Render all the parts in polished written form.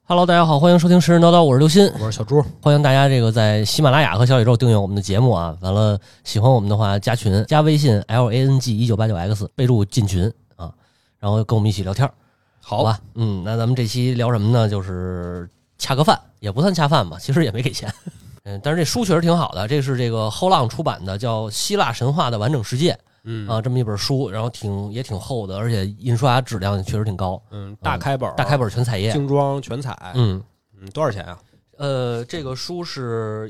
Hello， 大家好，欢迎收听时事叨叨，我是刘鑫， 我是小朱， 欢迎大家这个在喜马拉雅和小宇宙订阅我们的节目啊。完了，喜欢我们的话加群，加微信 LANG1989X， 备注进群啊，然后跟我们一起聊天，好吧？那咱们这期聊什么呢？就是恰个饭，也不算恰饭吧，其实也没给钱。但是这书确实挺好的，这是这个后浪出版的，叫《希腊神话的完整世界》。这么一本书，然后也挺厚的，而且印刷质量确实挺高。 大开本全彩页， 精装全彩。多少钱啊？ 这个书是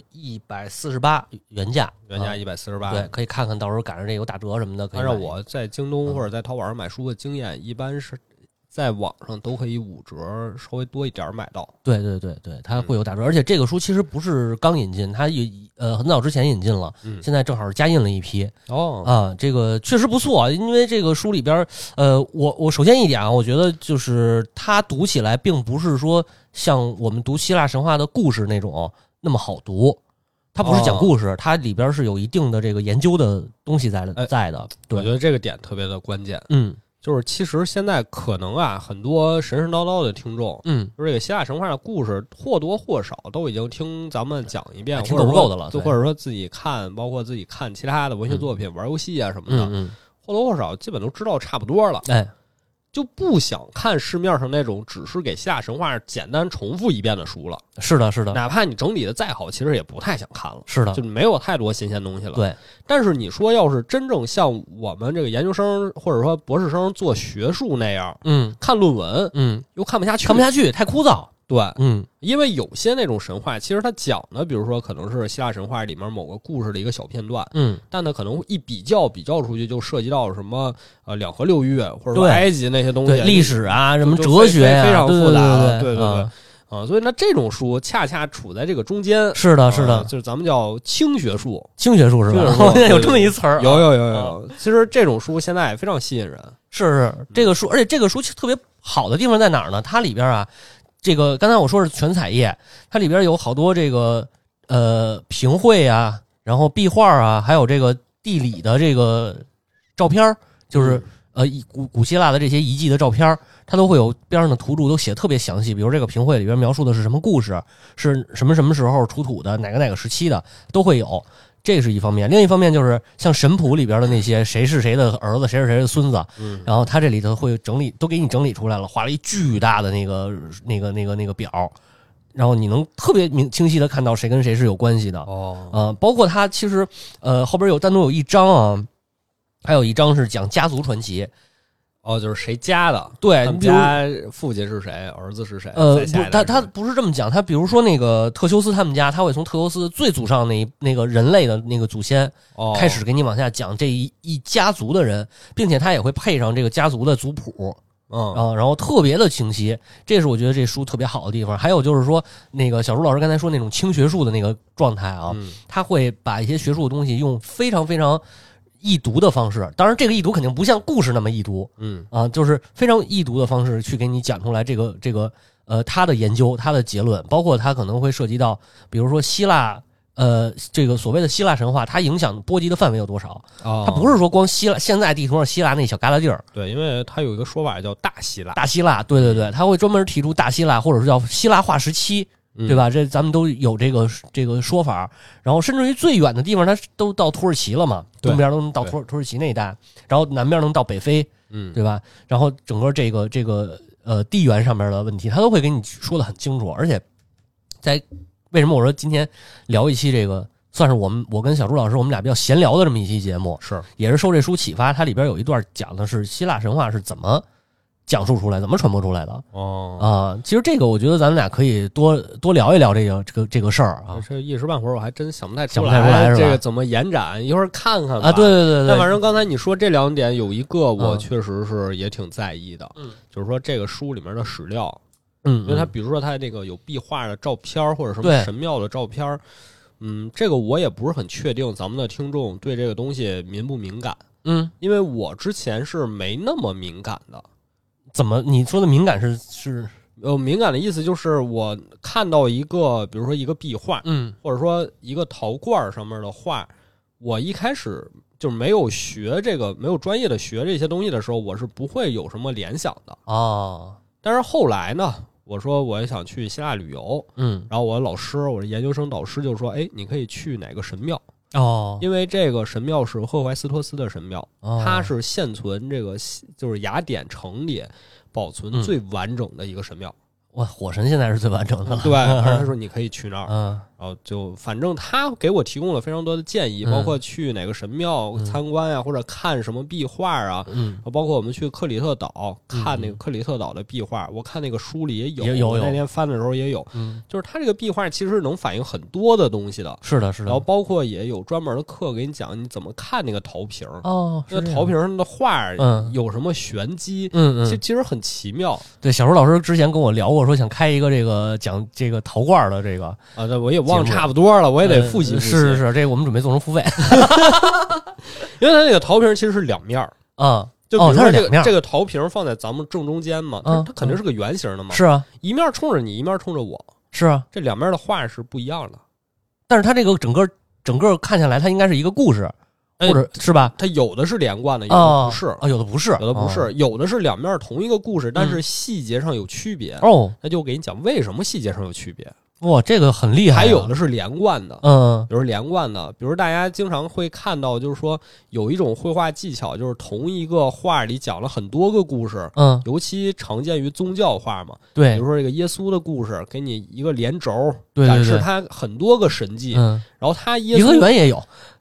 148原价 148， 对，可以看看，到时候赶上这有打折什么的。可以按照我在京东或者在淘宝上买书的经验，一般是在网上都可以5折，稍微多一点买到。 对，它会有打折，而且这个书其实不是刚引进，它很早之前引进了，现在正好是加印了一批。这个确实不错，因为这个书里边，我首先一点啊，我觉得就是它读起来并不是说像我们读希腊神话的故事那种那么好读，它不是讲故事，它里边是有一定的这个研究的东西在的。对， 我觉得这个点特别的关键。就是其实现在可能啊，很多神神叨叨的听众，就是这个希腊神话的故事或多或少都已经听咱们讲一遍， 听够不够的了， 或者说自己看，包括自己看其他的文学作品、玩游戏啊什么的，或多或少基本都知道差不多了。就不想看市面上那种只是给希腊神话简单重复一遍的书了。是的，哪怕你整理的再好，其实也不太想看了。是的，就没有太多新鲜东西了。对，但是你说要是真正像我们这个研究生或者说博士生做学术那样，看论文，又看不下去， 太枯燥。 对，因为有些那种神话，其实它讲的，比如说可能是希腊神话里面某个故事的一个小片段，但它可能一比较出去，就涉及到什么两河流域或者说埃及那些东西， 历史啊，什么哲学非常复杂，对所以呢，这种书恰恰处在这个中间。 是的， 就是咱们叫轻学术是吧？有这么一词儿， 有。其实这种书现在也非常吸引人。 是这个书，而且这个书特别好的地方在哪儿呢？它里边啊。这个刚才我说是全彩页，它里边有好多这个评绘啊，然后壁画啊，还有这个地理的这个照片，就是古希腊的这些遗迹的照片，它都会有边上的图注都写特别详细。比如这个评绘里边描述的是什么故事，是什么时候出土的，哪个时期的都会有。这是一方面，另一方面就是像神谱里边的那些谁是谁的儿子，谁是谁的孙子，然后他这里头会整理，都给你整理出来了，画了一巨大的那个表，然后你能特别清晰的看到谁跟谁是有关系的。包括他其实后边单独有一章啊，还有一章是讲家族传奇。 就是谁家的？对，他们家父亲是谁，儿子是谁？ 他不是这么讲，他比如说那个特修斯他们家，他会从特修斯最祖上那个人类的那个祖先开始给你往下讲这一家族的人，并且他也会配上这个家族的族谱，然后特别的清晰，这是我觉得这书特别好的地方。还有就是说，那个小朱老师刚才说那种轻学术的那个状态啊，他会把一些学术的东西用非常非常易读的方式，当然这个易读肯定不像故事那么易读，就是非常易读的方式去给你讲出来这个他的研究，他的结论，包括他可能会涉及到，比如说希腊这个所谓的希腊神话，它影响波及的范围有多少？它不是说光希腊现在地图上希腊那小旮旯地儿， 对，因为它有一个说法叫大希腊，对，他会专门提出大希腊，或者是叫希腊化时期。对吧？这咱们都有这个说法，然后甚至于最远的地方，它都到土耳其了嘛，东边都能到土耳其那一带，然后南边能到北非，对吧？然后整个这个地缘上面的问题，他都会给你说得很清楚。而且为什么我说今天聊一期这个，算是我跟小朱老师我们俩比较闲聊的这么一期节目，也是受这书启发。它里边有一段讲的是希腊神话是怎么讲述出来，怎么传播出来的。其实这个我觉得咱们俩可以多聊一聊这个事儿啊。 这一时半会儿我还真想不太出来这个怎么延展，一会儿看看吧。 对。 但反正刚才你说这2点，有一个我确实是也挺在意的，就是说这个书里面的史料，因为它比如说它这个有壁画的照片或者什么神庙的照片，这个我也不是很确定咱们的听众对这个东西敏不敏感，因为我之前是没那么敏感的。 怎么你说的敏感是敏感的意思就是我看到一个，比如说一个壁画，或者说一个陶罐上面的画，我一开始就没有学这个，没有专业的学这些东西的时候，我是不会有什么联想的。但是后来呢， 我说我也想去希腊旅游，然后我的研究生导师就说，哎，你可以去哪个神庙因为这个神庙是赫淮斯托斯的神庙，它是现存这个就是雅典城里保存最完整的一个神庙。 哇，火神现在是最完整的了。 对，他说你可以去那儿，然后就反正他给我提供了非常多的建议，包括去哪个神庙参观呀，或者看什么壁画啊，包括我们去克里特岛看那个克里特岛的壁画，我看那个书里也有，那天翻的时候也有，就是他这个壁画其实能反映很多的东西的。 是的，是的。 然后包括也有专门的课给你讲你怎么看那个陶瓶那个陶瓶上的画有什么玄机，其实很奇妙。 对，小时候老师之前跟我聊过，说想开一个这个讲这个陶罐的这个啊，对，我也忘了差不多了，我也得复习复习。 是，这个我们准备做成付费， 因为它那个陶瓶其实是两面就比如说这个陶瓶放在咱们正中间嘛，它肯定是个圆形的嘛， 是啊， 一面冲着你，一面冲着我， 是啊， 这两面的画是不一样的， 但是它这个整个看下来，它应该是一个故事。或者是吧？ 它有的是连贯的，有的不是有的不是， 有的不是，有的是两面同一个故事，但是细节上有区别那就给你讲为什么细节上有区别。 哇，这个很厉害。 还有的是连贯的，比如连贯的，比如大家经常会看到，就是说有一种绘画技巧，就是同一个画里讲了很多个故事，尤其常见于宗教画嘛， 对， 比如说这个耶稣的故事，给你一个连轴，展示他很多个神迹，然后他耶稣颐和园也有。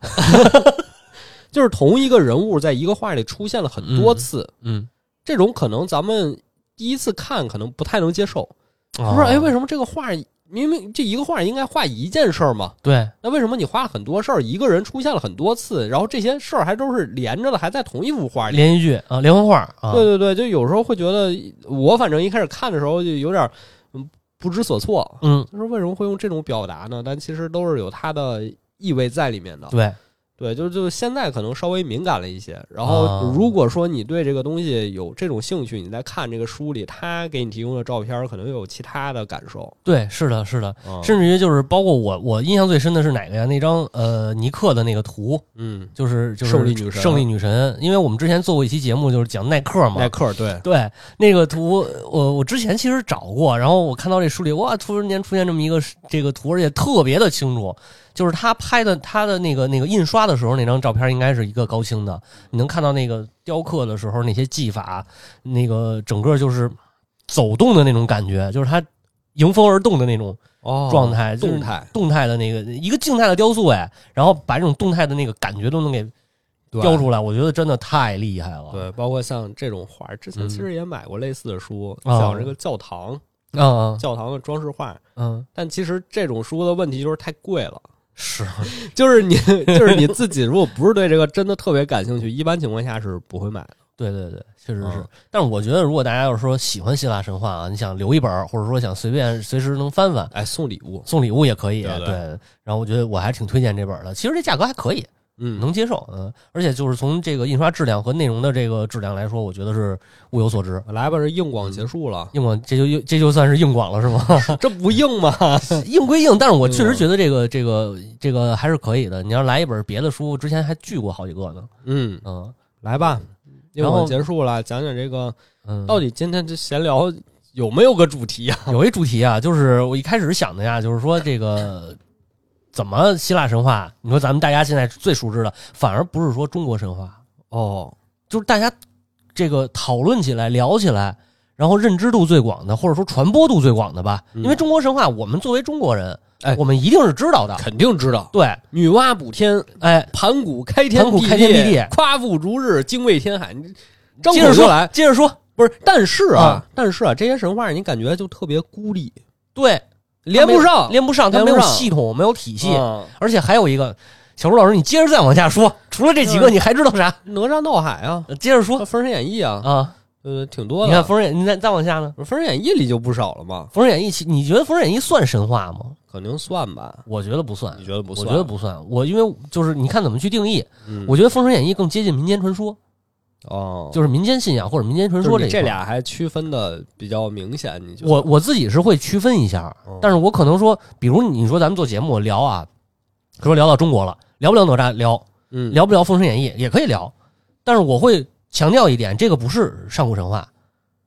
就是同一个人物在一个画里出现了很多次，这种可能咱们第一次看可能不太能接受，说哎，为什么这个画明明这一个画应该画一件事儿嘛？ 对， 那为什么你画了很多事儿，一个人出现了很多次，然后这些事儿还都是连着的，还在同一幅画里， 连续剧啊，连环画啊？ 对，就有时候会觉得，我反正一开始看的时候就有点不知所措，就说为什么会用这种表达呢？但其实都是有它的意味在里面的，对，就现在可能稍微敏感了一些。然后如果说你对这个东西有这种兴趣，你在看这个书里，他给你提供的照片可能有其他的感受。 对，是的，甚至于就是包括我印象最深的是哪个呀？那张尼克的那个图，就是胜利女神， 因为我们之前做过一期节目，就是讲耐克嘛。 耐克， 对，那个图我之前其实找过，然后我看到这书里，哇，突然间出现这么一个这个图，而且特别的清楚。就是他拍的他的那个印刷的时候那张照片应该是一个高清的，你能看到那个雕刻的时候那些技法，那个整个就是走动的那种感觉，就是他迎风而动的那种状态，动态的那个一个静态的雕塑然后把这种动态的那个感觉都能给雕出来，我觉得真的太厉害了。 对，包括像这种画，之前其实也买过类似的书，讲这个教堂教堂的装饰画，但其实这种书的问题就是太贵了。 是， 就是你自己如果不是对这个真的特别感兴趣，一般情况下是不会买的。 对，确实是。但是我觉得，如果大家要是说喜欢希腊神话啊，你想留一本，或者说想随时能翻翻， 送礼物也可以。 对。 然后我觉得我还挺推荐这本的，其实这价格还可以。能接受，而且就是从这个印刷质量和内容的这个质量来说，我觉得是物有所值。 来吧，这硬广结束了， 硬广这就算是硬广了是吗？ 这不硬吗？ 硬归硬，但是我确实觉得这个还是可以的。你要来一本别的书，之前还聚过好几个呢。 来吧，硬广结束了，讲讲这个，到底今天这闲聊有没有个主题啊？ 有一主题啊，就是我一开始想的呀，就是说这个。怎么希腊神话？你说咱们大家现在最熟知的，反而不是说中国神话就是大家这个讨论起来、聊起来，然后认知度最广的，或者说传播度最广的吧。因为中国神话，我们作为中国人，我们一定是知道的， 肯定知道。 对， 女娲补天，盘古开天辟地，夸父逐日，精卫填海。 接着说， 不是，但是这些神话你感觉就特别孤立， 对。 连不上， 它没有系统，没有体系，而且还有一个，小朱老师，你接着再往下说，除了这几个，你还知道啥？ 哪吒闹海啊， 接着说， 《封神演义》挺多的。 你看《封神演义》，你再往下呢， 《封神演义》里就不少了嘛。 《封神演义》，你觉得《封神演义》算神话吗？ 可能算吧， 我觉得不算。 你觉得不算？ 我觉得不算。我因为就是你看怎么去定义，我觉得《封神演义》更接近民间传说。就是民间信仰或者民间传说这俩还区分的比较明显。你就我自己是会区分一下，但是我可能说，比如你说咱们做节目聊啊，说聊到中国了，聊不聊哪吒聊，聊不聊封神演义也可以聊，但是我会强调一点，这个不是上古神话。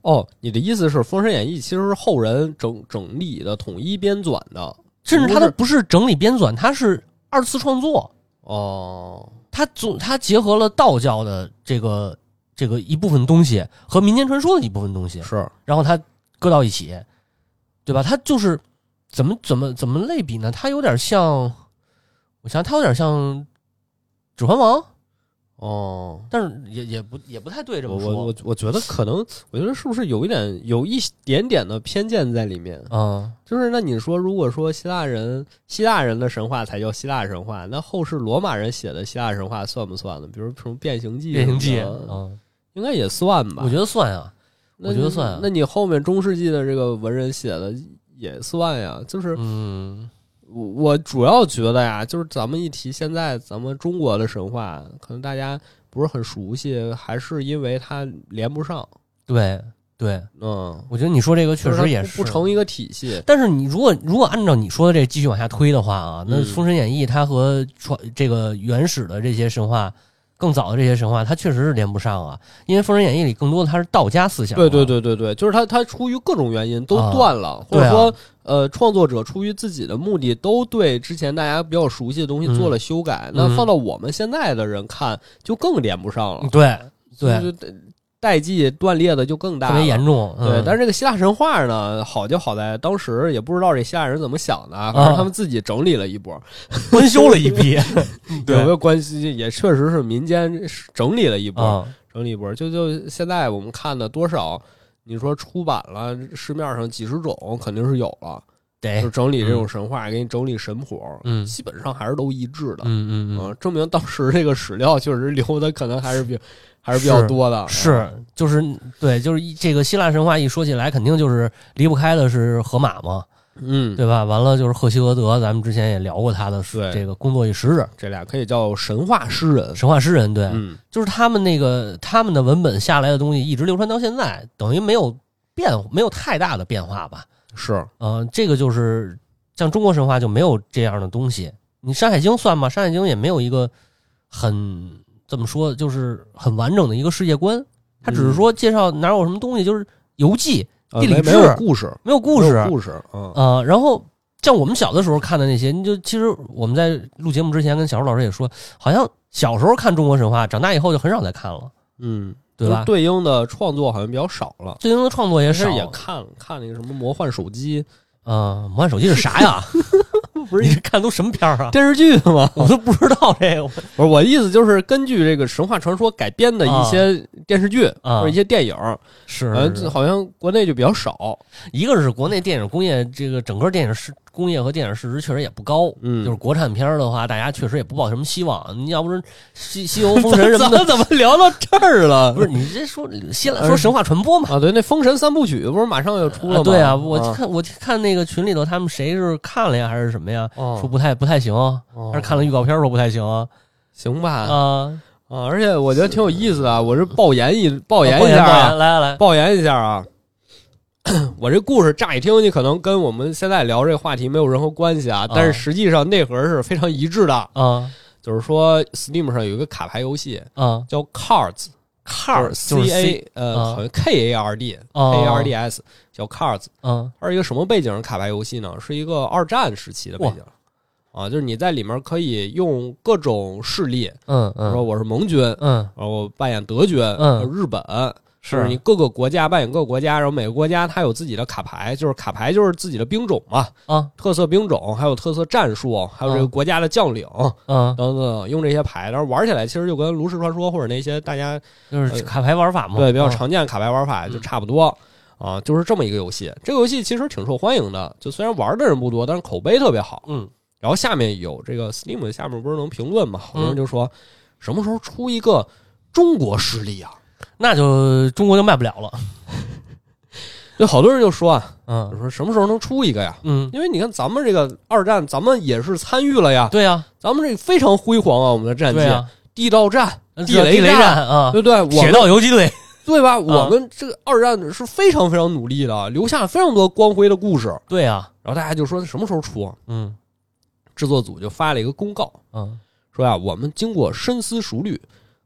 哦，你的意思是《封神演义》其实是后人整理的、统一编纂的， 甚至它都不是整理编纂，它是二次创作。 哦， 它结合了道教的这个一部分东西和民间传说的一部分东西， 是， 然后它搁到一起，对吧？它就是怎么类比呢？它有点像，我想它有点像《指环王》。 哦， 但是也不太对这么说。 我觉得可能，我觉得是不是有一点点的偏见在里面啊？ 就是那你说，如果说希腊人的神话才叫希腊神话，那后世罗马人写的希腊神话算不算呢？比如什么变形记，应该也算吧？ 我觉得算啊，我觉得算啊。 那你后面中世纪的这个文人写的也算呀，就是我主要觉得呀，就是咱们一提现在咱们中国的神话，可能大家不是很熟悉，还是因为它连不上。 对，我觉得你说这个确实也是不成一个体系。 但是你如果按照你说的这继续往下推的话啊，那《封神演义》它和这个原始的这些神话。更早的这些神话，它确实是连不上啊，因为《封神演义》里更多的它是道家思想。 对，就是它出于各种原因都断了，或者说创作者出于自己的目的，都对之前大家比较熟悉的东西做了修改。那放到我们现在的人看，就更连不上了。 对， 代际断裂的就更大了， 特别严重。 对，但是这个希腊神话呢，好就好在当时也不知道这希腊人怎么想的，反正他们自己整理了一波， 官修了一批。 对，有没有关系？也确实是民间整理了一波，就现在我们看的多少，你说出版了，市面上几十种肯定是有了。 对， 就整理这种神话，给你整理神谱，基本上还是都一致的。证明当时这个史料确实留的可能还是比较多的。 是，就是对，就是这个希腊神话一说起来，肯定就是离不开的是荷马嘛，对吧？完了就是赫西俄德，咱们之前也聊过他的这个工作与时日， 这俩可以叫神话诗人， 对，就是他们的文本下来的东西一直流传到现在，等于没有太大的变化吧。 是， 这个就是像中国神话就没有这样的东西。你《山海经》算吗？《山海经》也没有一个怎么说，就是很完整的一个世界观。它只是说介绍哪有什么东西，就是游记、地理志， 没有故事， 然后像我们小的时候看的那些，其实我们在录节目之前跟小周老师也说，好像小时候看中国神话，长大以后就很少再看了。对吧？ 对应的创作好像比较少了， 对应的创作也少。 也看那个什么魔幻手机， 魔幻手机是啥呀？不是，你看都什么片儿啊？ 电视剧吗？ 我都不知道这个。 不是，我的意思就是根据这个神话传说改编的一些电视剧或者一些电影， 是好像国内就比较少。 一个是国内电影工业，这个整个电影工业和电影市值确实也不高。就是国产片的话，大家确实也不抱什么希望。你要不是西游、封神什么的， 怎么聊到这儿了？ 不是你这说神话传播嘛？ 对，那封神三部曲不是马上要出了吗？ 对啊，我看那个群里头，他们谁是看了呀，还是什么呀？说不太行，还是看了预告片说不太行， 行吧？而且我觉得挺有意思的，我是爆言一下啊， 来爆言一下啊。我这故事乍一听，你可能跟我们现在聊这个话题没有任何关系啊，但是实际上内核是非常一致的。就是说 Steam 上有一个卡牌游戏，叫 Cards， 就是好像 KARDS，叫 Cards。它是一个什么背景的卡牌游戏呢？是一个二战时期的背景。就是你在里面可以用各种势力，说我是盟军，然后扮演德军，日本。是你各个国家扮演各个国家，然后每个国家它有自己的卡牌，就是卡牌就是自己的兵种嘛，特色兵种，还有特色战术，还有这个国家的将领，等等，用这些牌，然后玩起来其实就跟炉石传说或者那些大家就是卡牌玩法嘛， 对，比较常见的卡牌玩法就差不多就是这么一个游戏。这个游戏其实挺受欢迎的，就虽然玩的人不多，但是口碑特别好。然后下面有这个 Steam 下面不是能评论嘛，好多人就说什么时候出一个中国势力啊？ 那就中国就卖不了了。 就好多人就说说什么时候能出一个呀？因为你看咱们这个二战，咱们也是参与了呀。 对呀， 咱们这非常辉煌啊，我们的战绩，地道战、 地雷战啊， 对不对？ 铁道游击队， 对吧？我们这个二战是非常非常努力的，留下非常多光辉的故事。 对呀， 然后大家就说什么时候出？制作组就发了一个公告，说呀，我们经过深思熟虑，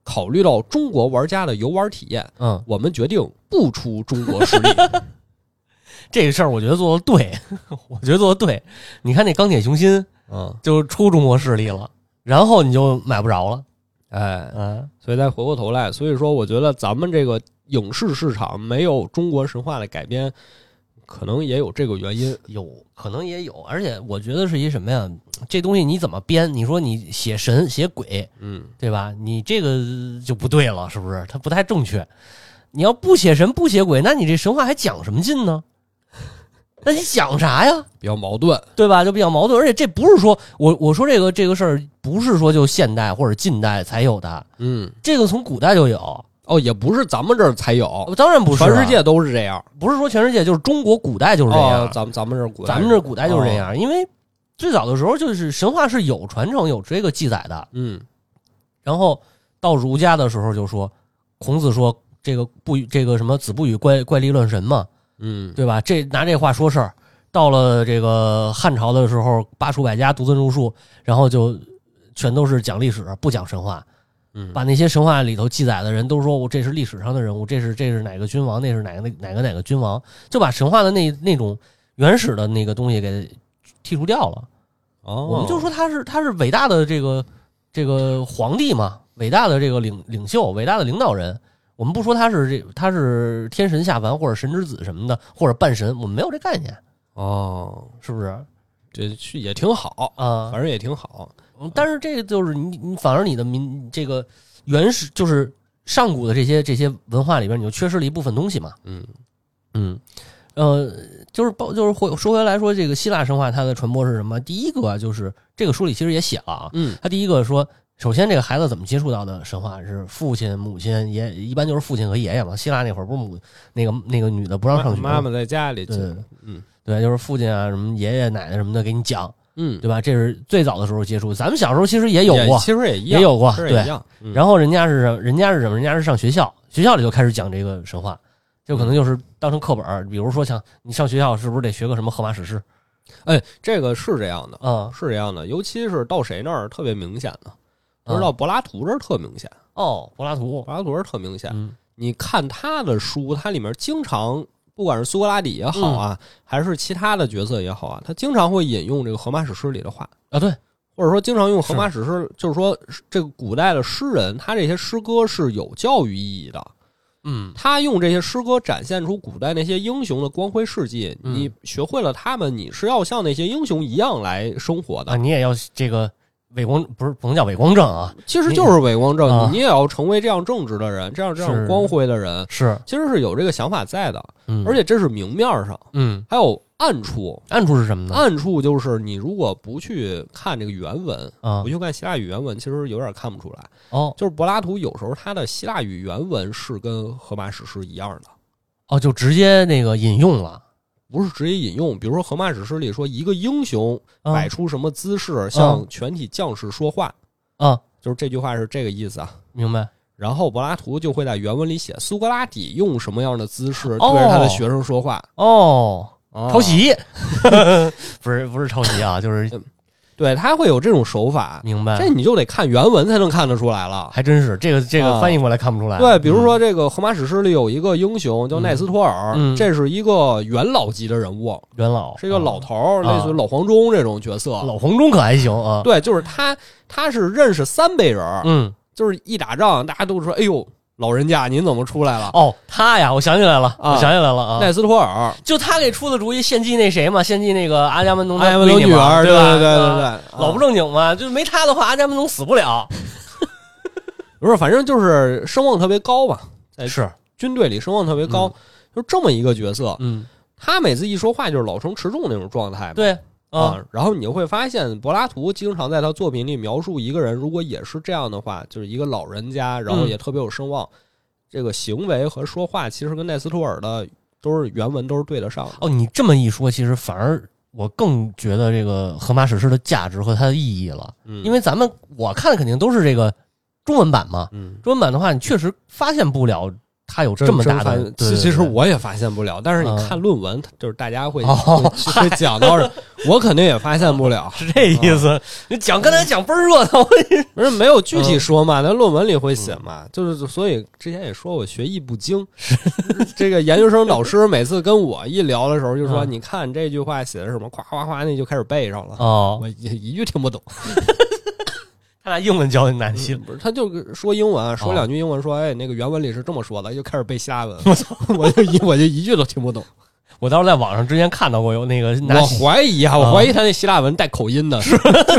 考虑到中国玩家的游玩体验，我们决定不出中国实力。 这个事儿我觉得做的对，我觉得做的对。你看那钢铁雄心，就出中国势力了，然后你就买不着了。 所以再回过头来，所以说我觉得咱们这个影视市场没有中国神话的改编，可能也有这个原因， 可能也有。而且我觉得是一什么呀？这东西你怎么编？你说你写神写鬼，对吧？你这个就不对了，是不是？它不太正确。你要不写神不写鬼，那你这神话还讲什么劲呢？那你讲啥呀？ 比较矛盾， 对吧？就比较矛盾。而且这不是说我说这个事儿不是说就现代或者近代才有的，这个从古代就有。 也不是咱们这儿才有， 当然不是， 全世界都是这样。 不是说全世界，就是中国古代就是这样。 咱们这古代就是这样，因为最早的时候就是神话是有传承有这个记载的，然后到儒家的时候就说，孔子说这个什么子不语怪力乱神嘛，对吧？拿这话说事儿。到了这个汉朝的时候，罢黜百家，独尊儒术，然后就全都是讲历史，不讲神话。把那些神话里头记载的人都说我这是历史上的人物，这是哪个君王，那是哪个君王，就把神话的那种原始的那个东西给剔除掉了。我们就说他是伟大的这个皇帝嘛，伟大的这个领袖，伟大的领导人。我们不说他是天神下凡或者神之子什么的，或者半神，我们没有这概念。是不是？ 这也挺好啊，反正也挺好。 但是这个就是你反而你的这个原始就是上古的这些文化里边，你就缺失了一部分东西嘛。就是说回来说，这个希腊神话它的传播是什么？第一个就是这个书里其实也写了啊。他第一个说，首先这个孩子怎么接触到的神话是父亲、母亲，也一般就是父亲和爷爷嘛。希腊那会儿不是那个女的不让上学， 妈妈在家里。 对，就是父亲啊，什么爷爷奶奶什么的给你讲，对吧？这是最早的时候接触。咱们小时候其实也有过， 其实也有过，对。然后人家是什么？人家是上学校里就开始讲这个神话，就可能就是当成课本。比如说像你上学校是不是得学个什么荷马史诗？ 这个是这样的，是这样的。尤其是到谁那儿特别明显的，不知道柏拉图这儿特明显。 柏拉图这儿特明显。你看他的书，他里面经常。不管是苏格拉底也好啊，还是其他的角色也好啊，他经常会引用这个荷马史诗里的话啊，对， 或者说经常用荷马史诗，就是说这个古代的诗人，他这些诗歌是有教育意义的。他用这些诗歌展现出古代那些英雄的光辉事迹，你学会了他们，你是要像那些英雄一样来生活的。 你也要这个伪光，不是甭叫伪光正啊， 其实就是伪光正。你也要成为这样正直的人，这样光辉的人，其实是有这个想法在的。而且这是明面上，还有暗处。 暗处是什么呢？ 暗处就是你如果不去看这个原文，不去看希腊语原文，其实有点看不出来。就是柏拉图有时候他的希腊语原文是跟荷马史诗一样的。 就直接那个引用了。 不是直接引用，比如说荷马史诗里说一个英雄摆出什么姿势向全体将士说话，就是这句话是这个意思啊。 明白。 然后柏拉图就会在原文里写苏格拉底用什么样的姿势对着他的学生说话。 抄袭不是抄袭啊，就是对，他会有这种手法。 明白。 这你就得看原文才能看得出来了。 还真是这个翻译过来看不出来。 对，比如说这个荷马史诗里有一个英雄叫奈斯托尔，这是一个元老级的人物，是一个老头，类似于老黄忠这种角色。 老黄忠可还行啊。 对，就是他是认识3辈人，就是一打仗大家都说哎呦老人家您怎么出来了？ 他呀，我想起来了，啊， 奈斯托尔， 就他给出的主意，献祭那谁嘛，献祭那个阿伽门农的女儿， 对吧？ 对， 老不正经嘛，就没他的话，阿伽门农死不了。 不是，反正就是声望特别高吧， 是军队里声望特别高，就这么一个角色。他每次一说话就是老成持重那种状态嘛。 对。 然后你就会发现柏拉图经常在他作品里描述一个人，如果也是这样的话，就是一个老人家，然后也特别有声望，这个行为和说话其实跟奈斯托尔的都是原文都是对得上的。 你这么一说，其实反而我更觉得这个荷马史诗的价值和它的意义了。因为我看的肯定都是这个中文版嘛，中文版的话你确实发现不了它有这么大的， 其实我也发现不了，但是你看论文，就是大家会讲到我肯定也发现不了， 是这意思。你刚才讲倍儿热闹， 不是没有具体说嘛？那论文里会写嘛？就是所以之前也说我学艺不精，这个研究生导师每次跟我一聊的时候就说：“你看这句话写的什么？夸夸夸，那就开始背上了。” 哦， 我一句听不懂。 他拿英文教你难信， 不是，他就说英文，说两句英文，说哎，那个原文里是这么说的，就开始背希腊文。我就一句都听不懂。 我当时在网上之前看到过有那个， 我怀疑啊，我怀疑他那希腊文带口音的。是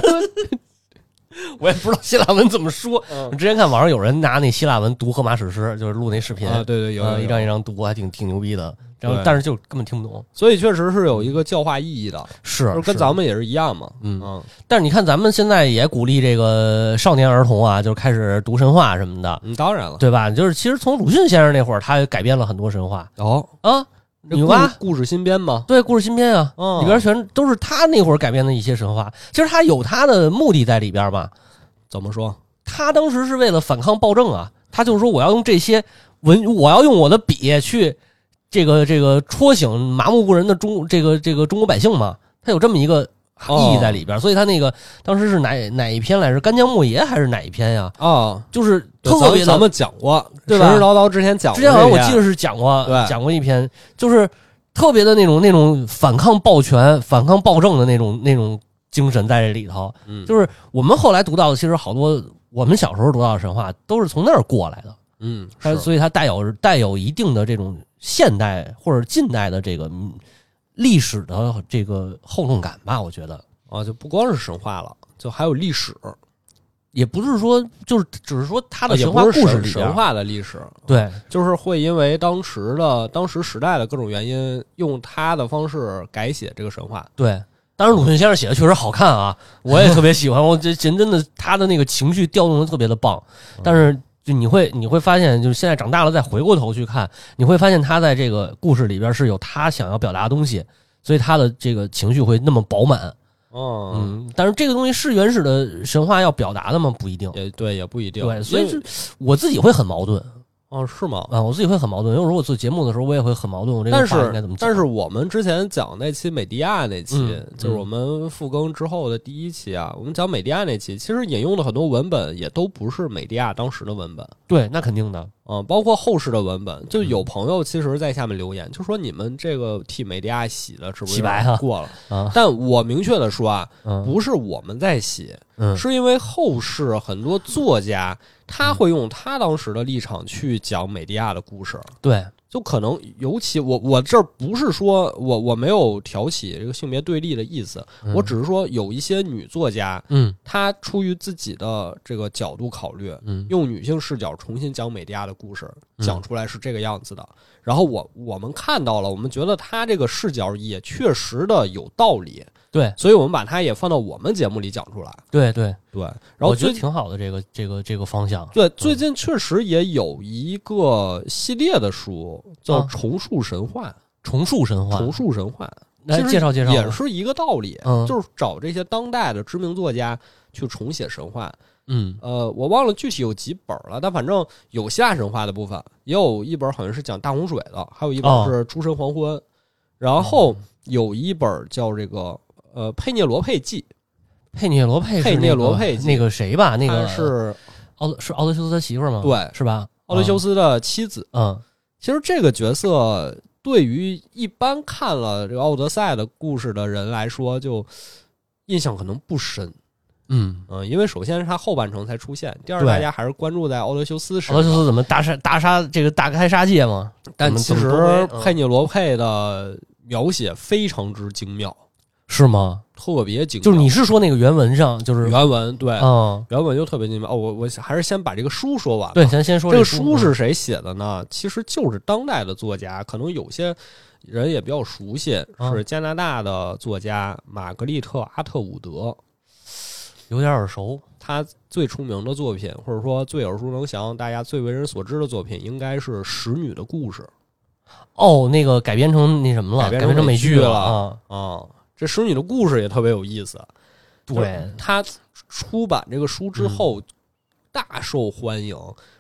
我也不知道希腊文怎么说。我之前看网上有人拿那希腊文读荷马史诗，就是录那视频啊，对对，有一张一张读，还挺牛逼的。然后，但是就根本听不懂， 所以确实是有一个教化意义的， 是跟咱们也是一样嘛。 但是你看，咱们现在也鼓励这个少年儿童啊，就是开始读神话什么的。 当然了， 对吧？就是其实从鲁迅先生那会儿，他改编了很多神话。女娲故事新编吗？ 对，故事新编啊，里边全都是他那会儿改编的一些神话。其实他有他的目的在里边嘛。 怎么说？ 他当时是为了反抗暴政啊，他就是说我要用这些我要用我的笔去这个戳醒麻木不仁的中国百姓嘛。他有这么一个意义在里边，所以他那个当时是哪一篇来着？干将莫邪还是哪一篇呀？就是特别的， 咱们讲过， 对吧？ 神神叨叨之前讲过， 好像我记得是讲过一篇，就是特别的那种反抗暴权、反抗暴政的那种精神在这里头。就是我们后来读到的，其实好多我们小时候读到的神话都是从那儿过来的。所以它带有一定的这种现代或者近代的这个历史的这个厚重感吧，我觉得就不光是神话了，就还有历史， 也不是说就是只是说它的神话故事里神话的历史， 对， 就是会因为当时时代的各种原因，用他的方式改写这个神话。 对，当然鲁迅先生写的确实好看啊，我也特别喜欢，我这真的他的那个情绪调动的特别的棒，但是。就你会发现，就是现在长大了再回过头去看，你会发现他在这个故事里边是有他想要表达的东西，所以他的这个情绪会那么饱满。但是这个东西是原始的神话要表达的吗？不一定。 也不一定。 对，所以我自己会很矛盾。 是吗？ 我自己会很矛盾，因为如果做节目的时候，我也会很矛盾。我这个话应该怎么讲？ 但是我们之前讲那期美狄亚那期，就是我们复更之后的第一期啊，我们讲美狄亚那期，其实引用的很多文本也都不是美狄亚当时的文本。 对，那肯定的。 包括后世的文本，就有朋友其实在下面留言，就说你们这个替美狄亚洗的是不是洗白了过了？但我明确的说啊，不是我们在洗，是因为后世很多作家他会用他当时的立场去讲美狄亚的故事。 对， 就可能尤其我这儿不是说我没有挑起这个性别对立的意思，我只是说有一些女作家，她出于自己的这个角度考虑，用女性视角重新讲美狄亚的故事，讲出来是这个样子的。然后我们看到了，我们觉得她这个视角也确实的有道理。 对， 所以我们把它也放到我们节目里讲出来。 对， 然后我觉得挺好的，这个方向。 对，最近确实也有一个系列的书叫《重塑神话》。 重塑神话，来介绍， 也是一个道理，就是找这些当代的知名作家去重写神话。我忘了具体有几本了，但反正有希腊神话的部分，也有一本好像是讲大洪水的，还有一本是诸神黄昏，然后有一本叫这个佩涅罗佩记。 佩涅罗佩那个谁吧？那个是奥德修斯的媳妇吗？ 对， 是吧？ 奥德修斯的妻子。其实这个角色对于一般看了这个奥德赛的故事的人来说，就印象可能不深。因为首先是他后半程才出现，第二大家还是关注在奥德修斯身上。 奥德修斯怎么大杀这个大开杀戒嘛？ 但其实佩涅罗佩的描写非常之精妙。 是吗？ 特别精妙， 就是你是说那个原文上，就是原文对，原文就特别精妙。我还是先把这个书说完。 对，咱先说这个书是谁写的呢？其实就是当代的作家，可能有些人也比较熟悉，是加拿大的作家玛格丽特·阿特伍德， 有点耳熟。 他最出名的作品，或者说最耳熟能详、大家最为人所知的作品，应该是《使女的故事》。 那个改编成那什么了？改编成美剧了这《使女的故事》也特别有意思。 对， 他出版这个书之后大受欢迎，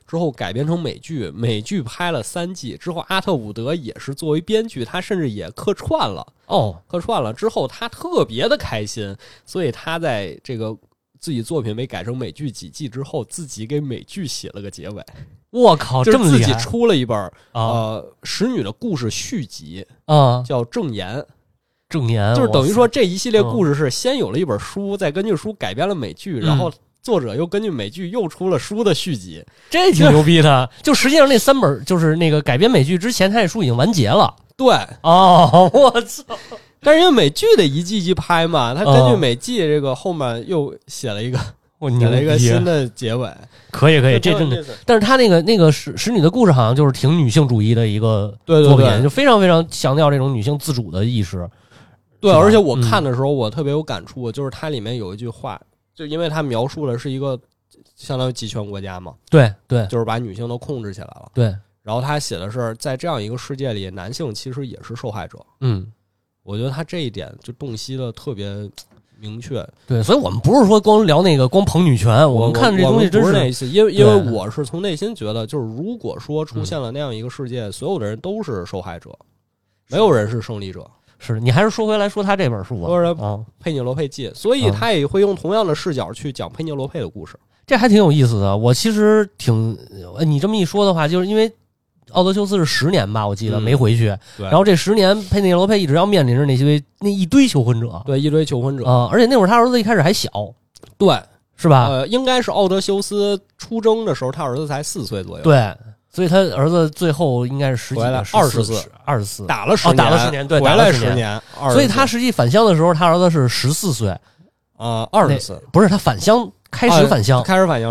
之后改编成美剧，美剧拍了3季之后，阿特伍德也是作为编剧，他甚至也客串了客串了之后，他特别的开心，所以他在这个自己作品被改成美剧几季之后，自己给美剧写了个结尾。 我靠，这么厉害！ 就是自己出了一本使女的故事续集叫正言。 正言就是等于说这一系列故事是先有了一本书，再根据书改编了美剧，然后作者又根据美剧又出了书的续集， 这挺牛逼的。就实际上那3本就是那个改编美剧之前，他这书已经完结了。 对， 我操！ 但是因为美剧得一季一季拍嘛，他根据美剧这个后面又写了一个新的结尾。可以，这真的。但是他那个使女的故事好像就是挺女性主义的一个作品， 对， 就非常非常强调这种女性自主的意识。 对，而且我看的时候我特别有感触，就是它里面有一句话，就因为它描述的是一个相当于集权国家嘛， 对， 就是把女性都控制起来了。 对， 然后他写的是在这样一个世界里，男性其实也是受害者。我觉得他这一点就洞悉的特别明确。 对，所以我们不是说光聊那个光捧女权，我们看这东西真是那意思，因为我是从内心觉得，就是如果说出现了那样一个世界，所有的人都是受害者，没有人是胜利者。 是你还是说回来说他这本书吧， 说佩涅罗佩记，所以他也会用同样的视角去讲佩涅罗佩的故事， 这还挺有意思的。我其实你这么一说的话，就是因为奥德修斯是10年吧，我记得没回去，然后这10年佩涅罗佩一直要面临着那一堆求婚者， 对，一堆求婚者而且那会儿他儿子一开始还小， 对， 是吧？ 应该是奥德修斯出征的时候，他儿子才4岁左右， 对。所以他儿子最后应该是24 打了10 年，对， 回来10年， 所以他实际返乡的时候，他儿子是14岁 ，24 不是他返乡开始返乡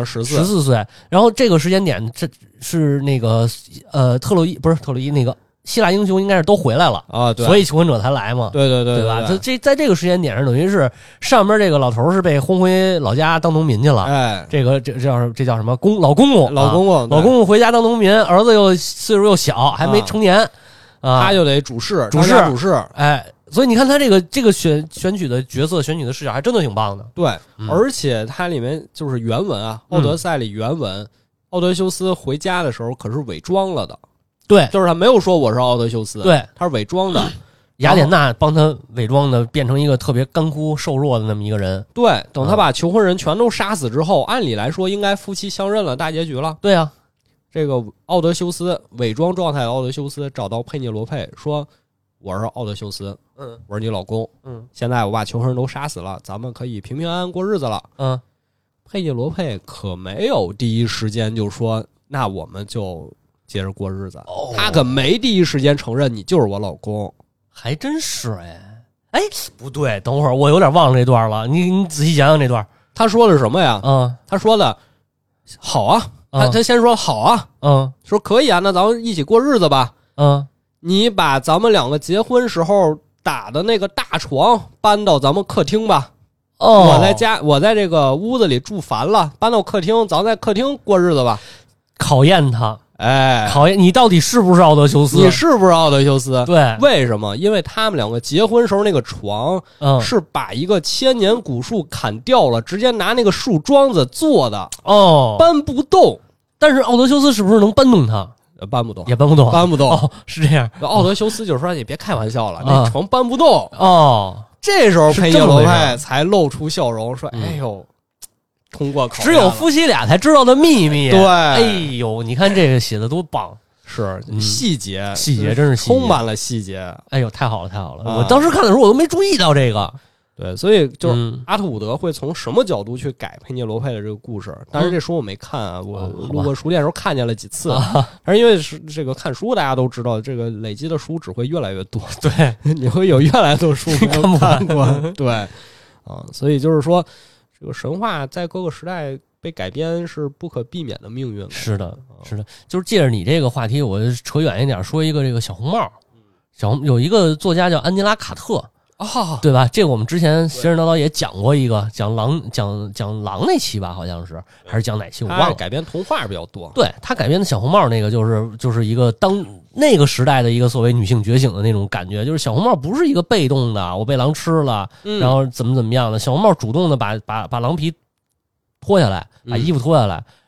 14 岁，然后这个时间点，这是那个特洛伊那个希腊英雄应该是都回来了对， 所以求婚者才来嘛， 对吧？在这个时间点上，等于是上面这个老头是被轰回老家当农民去了，这叫什么老公公回家当农民，儿子又岁数又小，还没成年他就得主事， 所以你看他这个选取的角色选取的视角还真的挺棒的， 对，而且它里面就是原文奥德赛里原文，奥德修斯回家的时候可是伪装了的。 对， 就是他没有说我是奥德修斯， 对， 他是伪装的， 雅典娜帮他伪装的，变成一个特别干枯瘦弱的那么一个人。 对，等他把求婚人全都杀死之后，按理来说应该夫妻相认了，大结局了。 对啊， 这个奥德修斯伪装状态的奥德修斯找到佩涅罗佩说：“我是奥德修斯，我是你老公，现在我把求婚人都杀死了，咱们可以平平安安过日子了。”佩涅罗佩可没有第一时间就说：“那我们就接着过日子。”他可没第一时间承认你就是我老公， 还真是哎，不对，等会儿我有点忘了这段了，你仔细讲讲这段。 他说的是什么呀？他说的好啊，他先说好啊，说可以啊，那咱们一起过日子吧。你把咱们2个结婚时候打的那个大床搬到咱们客厅吧。我在这个屋子里住烦了，搬到客厅，咱在客厅过日子吧。 考验他。 考验你到底是不是奥德修斯？ 你是不是奥德修斯？ 对， 为什么？因为他们2个结婚时候那个床，是把一个千年古树砍掉了，直接拿那个树桩子做的，搬不动。 但是奥德修斯是不是能搬动它？ 搬不动， 也搬不动， 搬不动。 是这样。 奥德修斯就说：“你别开玩笑了，那床搬不动。”这时候佩涅罗佩才露出笑容，说：“哎呦。”通过考验， 只有夫妻俩才知道的秘密。 对， 哎呦，你看这个写的多棒， 是细节真是充满了细节。 哎呦，太好了，太好了！我当时看的时候我都没注意到这个。 对，所以就是阿特伍德会从什么角度去改佩涅罗佩的这个故事？但是这书我没看啊，我路过书店的时候看见了几次，但是因为是这个看书，大家都知道，这个累积的书只会越来越多。 对， 你会有越来越多书没有看过。对，所以就是说。这个神话在各个时代被改编是不可避免的命运。 是的，是的，就是借着你这个话题，我扯远一点，说一个这个小红帽。有一个作家叫安吉拉·卡特，对吧？这个我们之前神神叨叨也讲过一个讲狼那期吧，好像是还是讲哪期我忘了。 改编童话比较多。 对，他改编的小红帽那个就是一个那个时代的一个所谓女性觉醒的那种感觉，就是小红帽不是一个被动的我被狼吃了，然后怎么样的，小红帽主动的把狼皮脱下来，把衣服脱下来，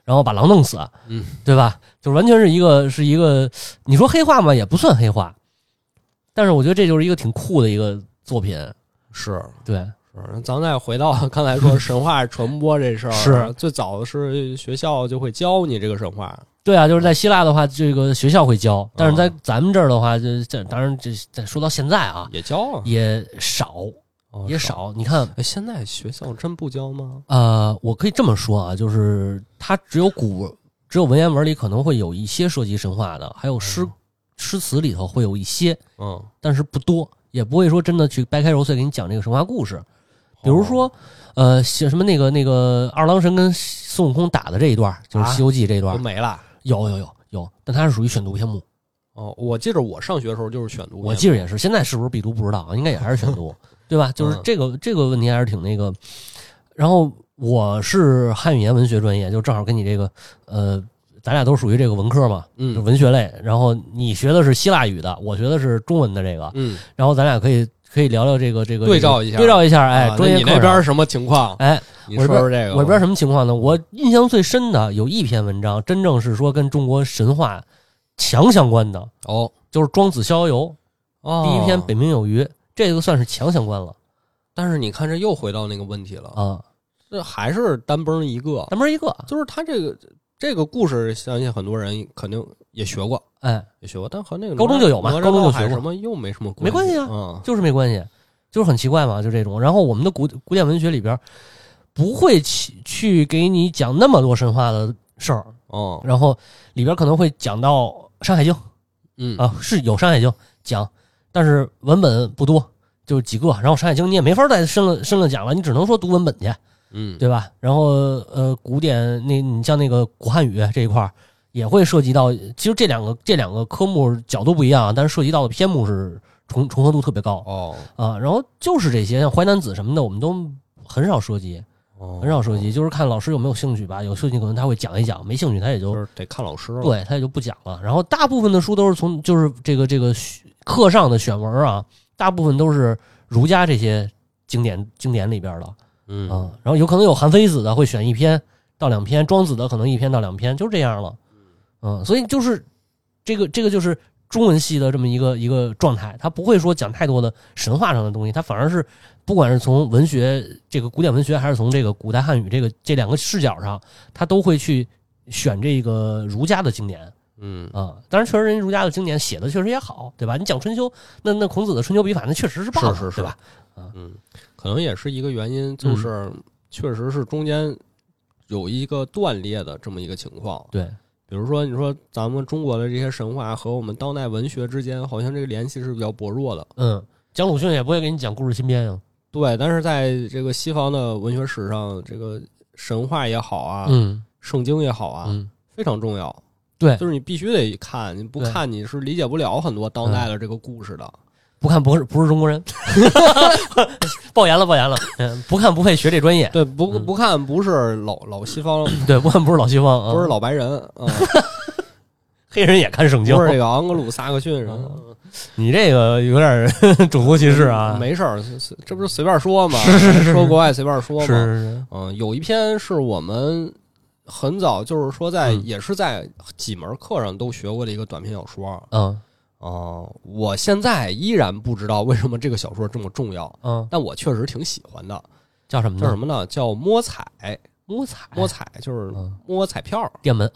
然后把狼弄死，对吧？就完全是一个，你说黑化嘛，也不算黑化，但是我觉得这就是一个挺酷的一个作品， 是对。 咱再回到刚才说神话传播这事儿， 是最早的是学校就会教你这个神话。 对啊，就是在希腊的话，这个学校会教，但是在咱们这儿的话，这当然这说到现在啊， 也教啊， 也少。也少，你看， 现在学校真不教吗？ 我可以这么说啊，就是它只有文言文里可能会有一些涉及神话的，还有诗词里头会有一些，但是不多，也不会说真的去掰开揉碎给你讲这个神话故事。比如说，写什么那个二郎神跟孙悟空打的这一段，就是《西游记》这一段， 都没了。 有，但它是属于选读篇目。 我记着我上学的时候就是选读篇目， 我记着也是，现在是不是必读不知道，应该也还是选读。对吧？就是这个问题还是挺那个。然后我是汉语言文学专业，就正好跟你这个咱俩都属于这个文科嘛，就文学类。然后你学的是希腊语的，我学的是中文的这个，然后咱俩可以聊聊这个对照一下，哎，专业你那边什么情况？ 哎， 你说说这个， 我这边什么情况呢？我印象最深的有一篇文章，真正是说跟中国神话强相关的就是《庄子逍遥游》第一篇《北冥有鱼》。这个算是强相关了， 但是你看这又回到那个问题了啊， 这还是单崩一个，就是他这个故事，相信很多人肯定也学过，也学过，但和那个高中就有嘛，高中就学过， 什么又没什么关系， 没关系啊，就是没关系，就是很奇怪嘛，就这种。然后我们的古典文学里边不会去给你讲那么多神话的事儿，然后里边可能会讲到《山海经》，是有《山海经》讲。但是文本不多，就几个。然后《山海经》你也没法再深了讲了，你只能说读文本去，对吧？然后古典你像那个古汉语这一块也会涉及到，其实这两个科目角度不一样，但是涉及到的篇目是重合度特别高然后就是这些像淮南子什么的，我们都很少涉及。就是看老师有没有兴趣吧。有兴趣可能他会讲一讲，没兴趣他也就是得看老师了， 对他也就不讲了。然后大部分的书都是从就是这个课上的选文啊，大部分都是儒家这些经典里边的，然后有可能有韩非子的会选1篇到2篇，庄子的可能1篇到2篇，就是这样了，所以就是这个就是中文系的这么一个状态，他不会说讲太多的神话上的东西，他反而是不管是从文学这个古典文学，还是从这个古代汉语这2个视角上，他都会去选这个儒家的经典。当然确实人儒家的经典写的确实也好，对吧？你讲春秋，那孔子的春秋笔法那确实是棒， 是对吧？ 可能也是一个原因，就是确实是中间有一个断裂的这么一个情况。 对， 比如说你说咱们中国的这些神话和我们当代文学之间，好像这个联系是比较薄弱的。 讲鲁迅也不会给你讲故事新编啊。 对，但是在这个西方的文学史上，这个神话也好啊，圣经也好啊，非常重要。 对， 就是你必须得看，你不看你是理解不了很多当代的这个故事的。 不看不是中国人，爆言了，不看不配学这专业。 对，不看不是老西方， 对，不看不是老西方， 不是老白人黑人也看圣经， 不是这个昂格鲁萨克逊什么。 你这个有点种族歧视啊！ 没事儿，这不是随便说嘛？说国外随便说嘛。有一篇是我们很早就是说也是在几门课上都学过的一个短篇小说。我现在依然不知道为什么这个小说这么重要。但我确实挺喜欢的。 叫什么呢？ 叫什么呢？叫摸彩。 摸彩就是摸彩票。 电门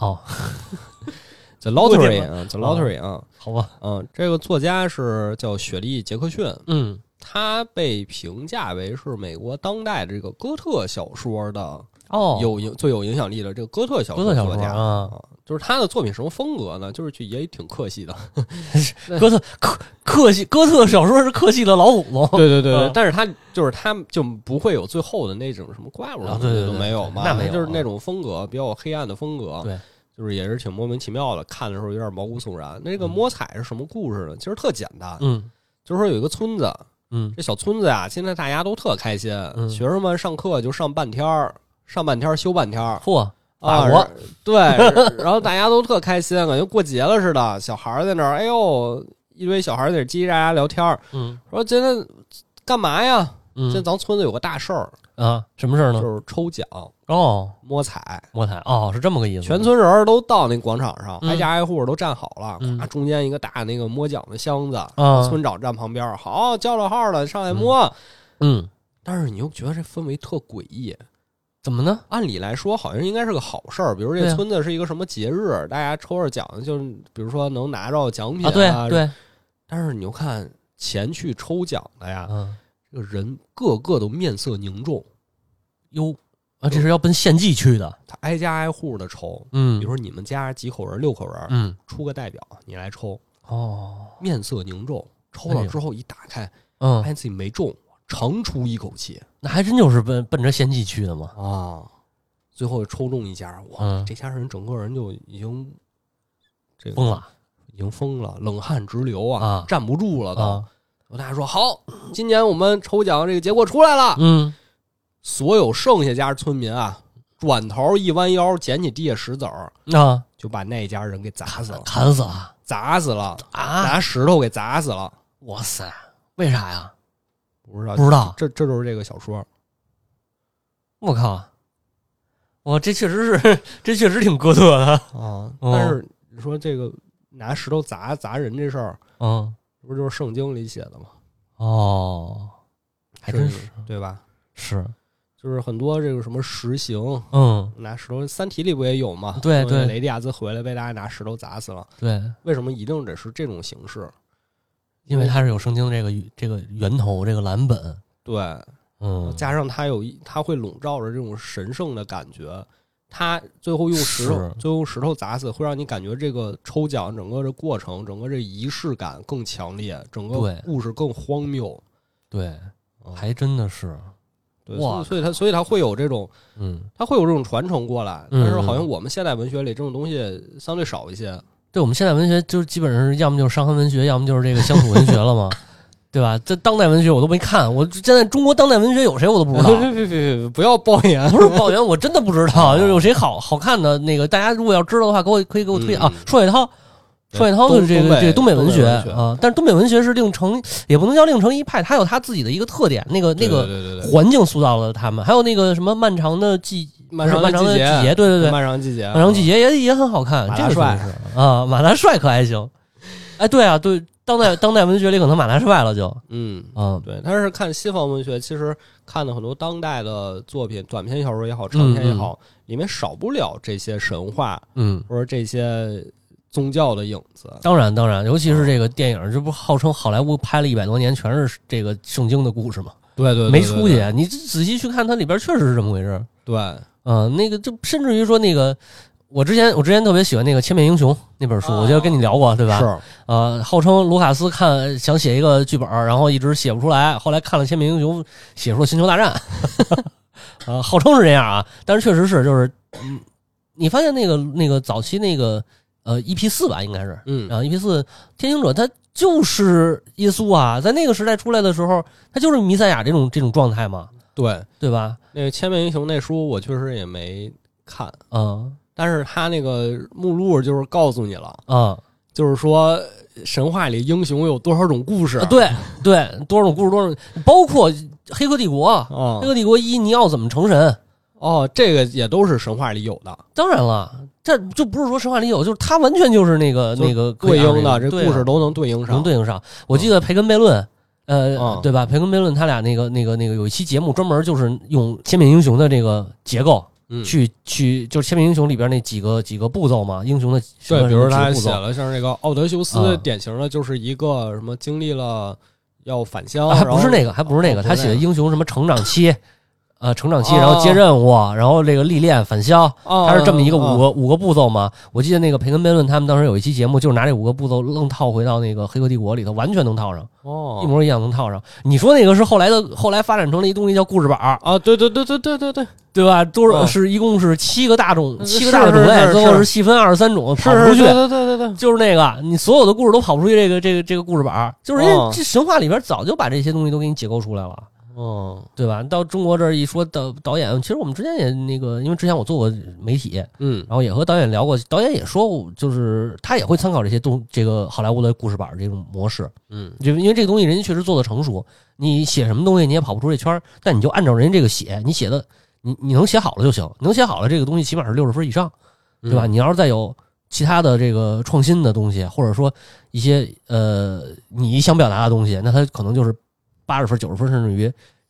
The Lottery 啊 ，The Lottery 啊， 好吧， 这个作家是叫雪莉·杰克逊，他被评价为是美国当代这个哥特小说的最有影响力的这个哥特小说作家就是他的作品什么风格呢？就是也挺客气的， 哥特小说是客气的老虎龙， 对，但是他就不会有最后的那种什么怪物对都没有嘛， 那没有， 就是那种风格比较黑暗的风格， 对。 就是也是挺莫名其妙的，看的时候有点毛骨悚然。那个摸彩是什么故事呢？其实特简单，就是说有一个村子，这小村子呀，现在大家都特开心，学生们上课就上半天休半天， 法国对，然后大家都特开心，感觉过节了似的。小孩在那儿，哎呦，一堆小孩在那叽叽喳喳聊天，说今天干嘛呀？ 现在咱村子有个大事儿啊，什么事儿呢？ 就是抽奖摸彩是这么个意思。 全村人都到那广场上，挨家挨户都站好了，中间一个大那个摸奖的箱子，村长站旁边，好，叫了号了，上来摸。但是你又觉得这氛围特诡异， 怎么呢？ 按理来说好像应该是个好事儿，比如这村子是一个什么节日，大家抽着奖，就是比如说能拿着奖品对。 但是你又看前去抽奖的呀，这个人个个都面色凝重， 哟。这是要奔献祭去的， 他挨家挨户的抽，比如说你们家几口人，6口人，出个代表你来抽，面色凝重，抽了之后一打开，发现自己没中，长出一口气， 那还真就是奔着献祭去的嘛最后抽中一家，哇，这家人整个人就已经疯了， 已经疯了，冷汗直流啊，站不住了都。大家说好，今年我们抽奖这个结果出来了，所有剩下家村民啊，转头一弯腰，捡起地下石子儿就把那家人给砸死了， 砍死了， 砸死了拿石头给砸死了。 哇塞，为啥呀？ 不知道， 这就是这个小说。 我靠，这确实挺哥特的啊。但是你说这个拿石头砸人这事儿，不就是圣经里写的吗？ 还真是， 对吧？ 是。 就是很多这个什么实行，拿石头，《三体》里不也有吗？ 对， 雷迪亚兹回来被大家拿石头砸死了。 对， 为什么一定得是这种形式？ 因为它是有圣经这个源头，这个蓝本。 对，加上它会笼罩着这种神圣的感觉。它最后用石头砸死，会让你感觉这个抽奖整个这过程，整个这仪式感更强烈，整个故事更荒谬。 对，还真的是。 对，所以它会有这种，它会有这种传承过来，但是好像我们现代文学里这种东西相对少一些。 对，我们现代文学就是基本上是要么就是伤痕文学，要么就是这个乡土文学了嘛，对吧？这当代文学我都没看，我现在中国当代文学有谁我都不知道。 别，不要抱怨， 不是抱怨，我真的不知道，就是有谁好看的那个，大家如果要知道的话，可以给我推啊，双雪涛。双雪涛的这个东北文学啊，但是东北文学是也不能叫另成一派，它有它自己的一个特点，那个环境塑造了他们，还有那个什么漫长的季节，对， 漫长季节也很好看，这个帅啊，马大帅可还行，对啊，对，当代文学里可能马大帅了就， 对，但是看西方文学，其实看的很多当代的作品，短篇小说也好，长篇也好，里面少不了这些神话，或者这些宗教的影子。 当然，尤其是这个电影，这不号称好莱坞拍了100多年，全是这个圣经的故事嘛？ 对， 没出息。你仔细去看，它里边确实是这么回事。 对， 那个就甚至于说那个，我之前特别喜欢那个《千面英雄》那本书，我记得跟你聊过，对吧？ 是。 号称卢卡斯想写一个剧本，然后一直写不出来，后来看了《千面英雄》，写出了《星球大战》。号称是这样啊，但是确实是就是，你发现那个早期那个。EP4 吧，应该是，然后 EP4天行者他就是耶稣啊，在那个时代出来的时候，他就是弥赛亚这种状态嘛，对吧？ 那个千面英雄那书我确实也没看，但是他那个目录就是告诉你了，就是说神话里英雄有多少种故事， 对，多少种故事，包括黑客帝国，黑客帝国1你要怎么成神？ 这个也都是神话里有的。 当然了，这就不是说神话里有，就是它完全就是那个对应的，这故事都能对应上， 我记得培根悖论，对吧？培根悖论他俩那个有一期节目专门就是用千面英雄的这个结构，去就是千面英雄里边那几个步骤嘛，英雄的对，比如他写了像这个奥德修斯，典型的就是一个什么经历了要返乡， 还不是那个，他写的英雄什么成长期。然后接任务，然后这个历练返乡，它是这么一个五个步骤嘛？我记得那个培根悖论他们当时有一期节目，就是拿这5个步骤愣套回到那个黑客帝国里头，完全能套上，一模一样能套上。你说那个是后来发展成了一东西叫故事板啊？对， 对吧？一共是7个大种类，最后是细分23种，跑不出去。 对， 就是那个你所有的故事都跑不出去，这个故事板，就是因为这神话里边早就把这些东西都给你解构出来了。 对吧？到中国这儿一说导演，其实我们之前也那个，因为之前我做过媒体，然后也和导演聊过，导演也说，就是他也会参考这个好莱坞的故事板这种模式，就因为这个东西人家确实做的成熟，你写什么东西你也跑不出这圈，但你就按照人家这个写，你写的你能写好了就行，能写好了这个东西起码是60分以上，对吧？你要是再有其他的这个创新的东西，或者说一些你想表达的东西，那它可能就是80分、90分，甚至于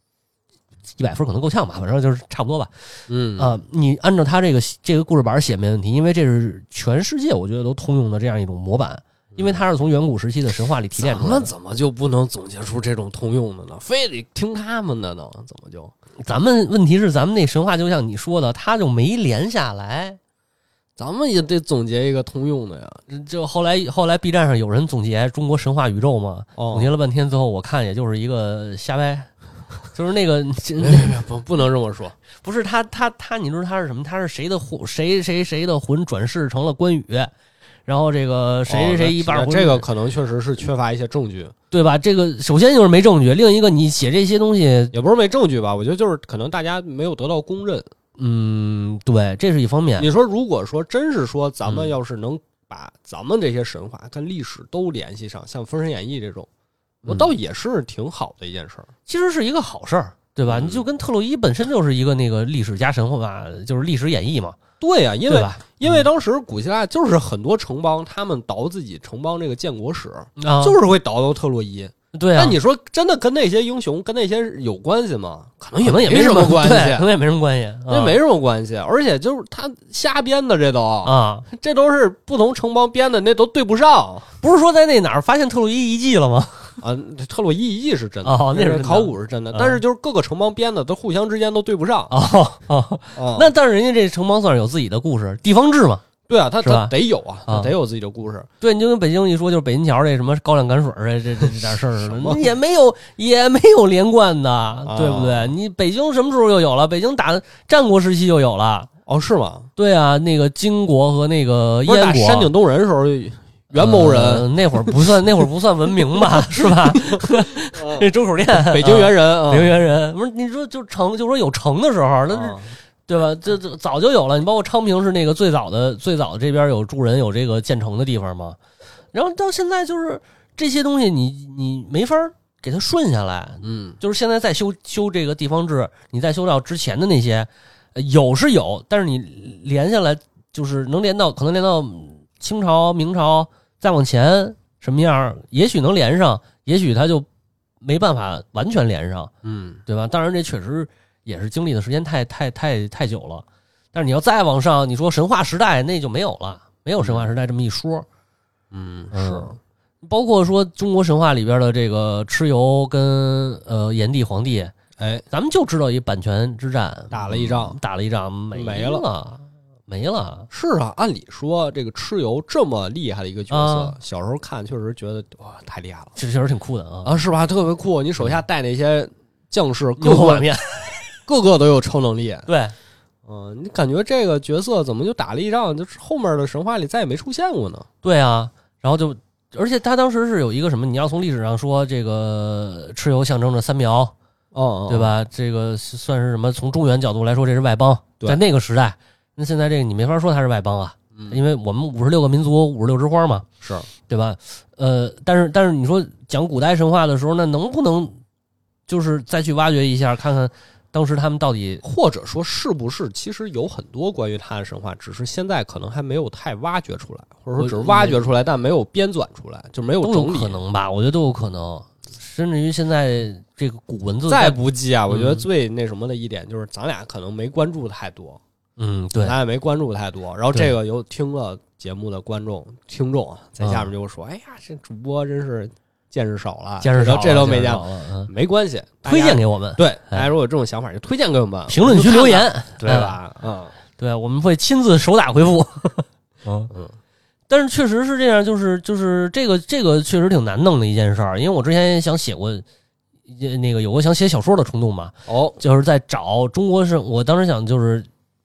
100分可能够呛吧，反正就是差不多吧。你按照他这个故事板写没问题，因为这是全世界我觉得都通用的这样一种模板，因为它是从远古时期的神话里提炼出来的。 咱们怎么就不能总结出这种通用的呢？非得听他们的呢？怎么就？ 咱们问题是咱们那神话就像你说的，它就没连下来。 咱们也得总结一个通用的呀。 就后来 B 站上有人总结中国神话宇宙嘛，总结了半天，最后我看也就是一个瞎掰，就是那个不能这么说， 不是他，你知道他是什么？他是谁的魂转世成了关羽，然后这个谁一半魂， 这个可能确实是缺乏一些证据， 对吧？这个首先就是没证据，另一个你写这些东西也不是没证据吧？我觉得就是可能大家没有得到公认。 对，这是一方面。 你说如果说真是说咱们要是能把咱们这些神话跟历史都联系上，像《封神演义》这种，我倒也是挺好的一件事儿。 其实是一个好事儿，对吧？你就跟特洛伊本身就是一个那个历史加神话，就是历史演义嘛。 对呀，因为当时古希腊就是很多城邦，他们倒自己城邦这个建国史，就是会倒到特洛伊。 对啊， 那你说真的跟那些英雄跟那些有关系吗？可能也没什么关系， 可能也没什么关系， 那没什么关系。而且就是他瞎编的，这都这都是不同城邦编的，那都对不上。 不是说在那哪儿发现特洛伊遗迹了吗？ 特洛伊遗迹是真的， 那是考古是真的，但是就是各个城邦编的，都互相之间都对不上。 那但是人家这城邦算是有自己的故事，地方志嘛。 对啊，他得有啊，他得有自己的故事。 对，你就跟北京一说，就是北京桥这什么高粱赶水这点事儿，也没有连贯的，对不对？你北京什么时候又有了？北京打战国时期就有了。 是吗？ 对啊，那个金国和那个燕国， 山顶洞人的时候，元谋人那会儿不算文明吧，是吧？这周口店， 北京猿人， 北京猿人，不是你说就说有城的时候，那是。对吧？这早就有了。你包括昌平是那个最早的这边有住人有这个建成的地方嘛。然后到现在就是这些东西你没法给它顺下来。就是现在再修这个地方志，你再修到之前的那些，有是有，但是你连下来就是能连到可能连到清朝、明朝再往前什么样，也许能连上，也许它就没办法完全连上。对吧？当然这确实。也是经历的时间太久了，但是你要再往上，你说神话时代那就没有了，没有神话时代这么一说。 是， 包括说中国神话里边的这个蚩尤跟炎帝皇帝，咱们就知道一版权之战， 打了一仗没了。 是啊，按理说这个蚩尤这么厉害的一个角色，小时候看确实觉觉得哇太厉害了， 这确实挺酷的啊， 是吧？特别酷，你手下带那些将士，个个都有超能力。 对， 你感觉这个角色怎么就打了一仗，就是后面的神话里再也没出现过呢？ 对啊，然后而且他当时是有一个什么，你要从历史上说，这个蚩尤象征着三苗，对吧？这个算是什么？从中原角度来说，这是外邦，在那个时代。那现在这个你没法说他是外邦啊，因为我们56个民族56枝花嘛， 是对吧？但是你说讲古代神话的时候，那能不能就是再去挖掘一下，看看当时他们到底， 或者说是不是其实有很多关于他的神话，只是现在可能还没有太挖掘出来，或者说只是挖掘出来但没有编纂出来，就没有整理。 都有可能吧，我觉得都有可能。甚至于现在这个古文字再不济啊，我觉得最那什么的一点就是咱俩可能没关注太多。 对， 咱也没关注太多。然后这个有听了节目的听众啊，在下面就说：“哎呀，这主播真是见识少了，这都没见过。”没关系， 推荐给我们。 对，大家如果有这种想法，就推荐给我们， 评论区留言， 对吧？ 对，我们会亲自手打回复。但是确实是这样，就是这个确实挺难弄的一件事儿，因为我之前也想写过。那个有个想写小说的冲动嘛，就是在找中国我当时想就是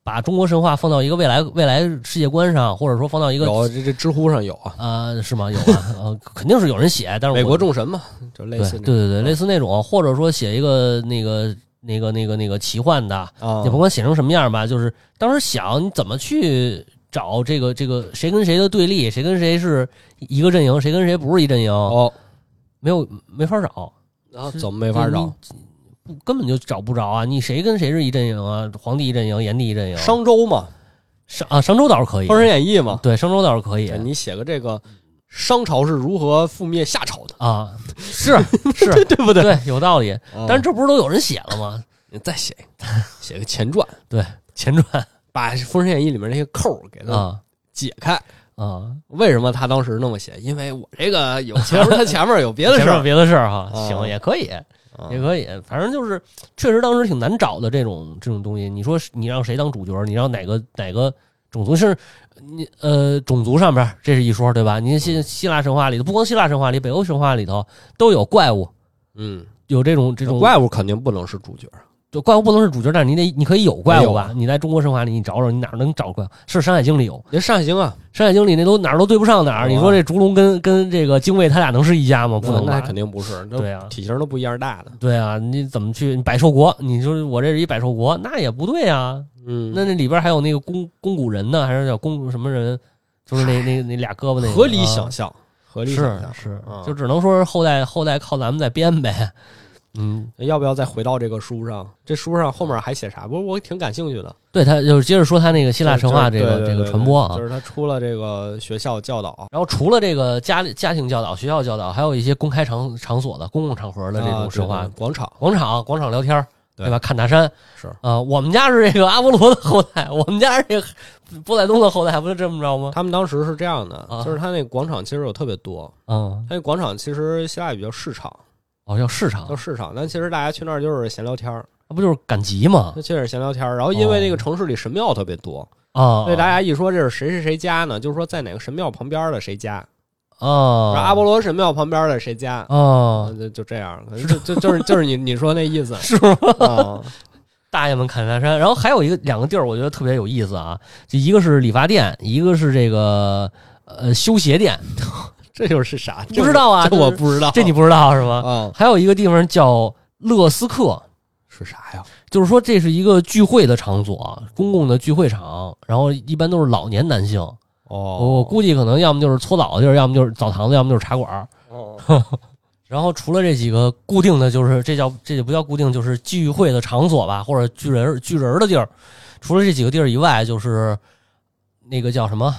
把中国神话放到一个未来世界观上，或者说放到一个有这知乎上有是吗？有啊，肯定是有人写，但是美国众神嘛，就类似对，类似那种，或者说写一个那个奇幻的，也甭管写成什么样吧，就是当时想你怎么去找这个谁跟谁的对立，谁跟谁是一个阵营，谁跟谁不是一阵营，没法找。 然后怎么没法找？ 根本就找不着啊！你谁跟谁是一阵营啊？皇帝一阵营，炎帝一阵营。 商周嘛， 商周倒是可以， 《封神演义》嘛， 对，商周倒是可以。 你写个这个商朝是如何覆灭夏朝的啊？是对不对？ 对，有道理。但是这不是都有人写了吗？ 你再写个前传， 对，前传， 把《封神演义》里面那些扣给它解开。为什么他当时那么写？因为我这个有他前面有别的事儿， 别的事儿哈。行，也可以，也可以。反正就是确实当时挺难找的这种东西。你说你让谁当主角？你让哪个种族是？你种族上边这是一说，对吧？你希腊神话里头，不光希腊神话里，北欧神话里头都有怪物。有这种怪物肯定不能是主角。 就怪物不能是主角，但是你可以有怪物吧？你在中国神话里，你找找，你哪能找怪物？是《山海经》里有， 那《山海经》啊， 《山海经》里那都哪儿都对不上哪儿。你说这烛龙跟这个精卫，他俩能是一家吗？不能， 那肯定不是。 对啊， 体型都不一样大的。 对啊，你怎么去百兽国？你说我这是一百兽国，那也不对啊。那里边还有那个肱骨人呢，还是叫肱什么人？就是那俩胳膊那个。 合理想象，合理想象是，就只能说是后代靠咱们再编呗。 要不要再回到这个书上？这书上后面还写啥？不是，我挺感兴趣的。 对，他就是接着说他那个希腊神话这个传播啊， 就是他出了这个学校教导， 然后除了这个家庭教导、学校教导，还有一些公开场所的公共场合的这种神话， 广场聊天，对吧？侃大山是我们家是这个阿波罗的后代，我们家是这个波塞冬的后代，不是这么着吗？ 他们当时是这样的，就是他那广场其实有特别多，他那广场其实希腊语叫市场。 叫市场， 但其实大家去那儿就是闲聊天那不就是赶集吗？ 那确实闲聊天然后因为那个城市里神庙特别多所以大家一说这是谁家呢？就是说在哪个神庙旁边的谁家阿波罗神庙旁边的谁家就这样，就是你说那意思是吗？大爷们侃大山，然后还有两个地儿，我觉得特别有意思啊，就一个是理发店，一个是这个修鞋店。 这就是啥？ 不知道啊， 这我不知道， 这你不知道是吗？还有一个地方叫勒斯克， 是啥呀？ 就是说这是一个聚会的场所，公共的聚会场，然后一般都是老年男性。我估计可能要么就是搓澡的地儿，要么就是澡堂子，要么就是茶馆。然后除了这几个固定的，就是这就不叫固定，就是聚会的场所吧，或者聚人的地儿。除了这几个地儿以外，就是那个叫什么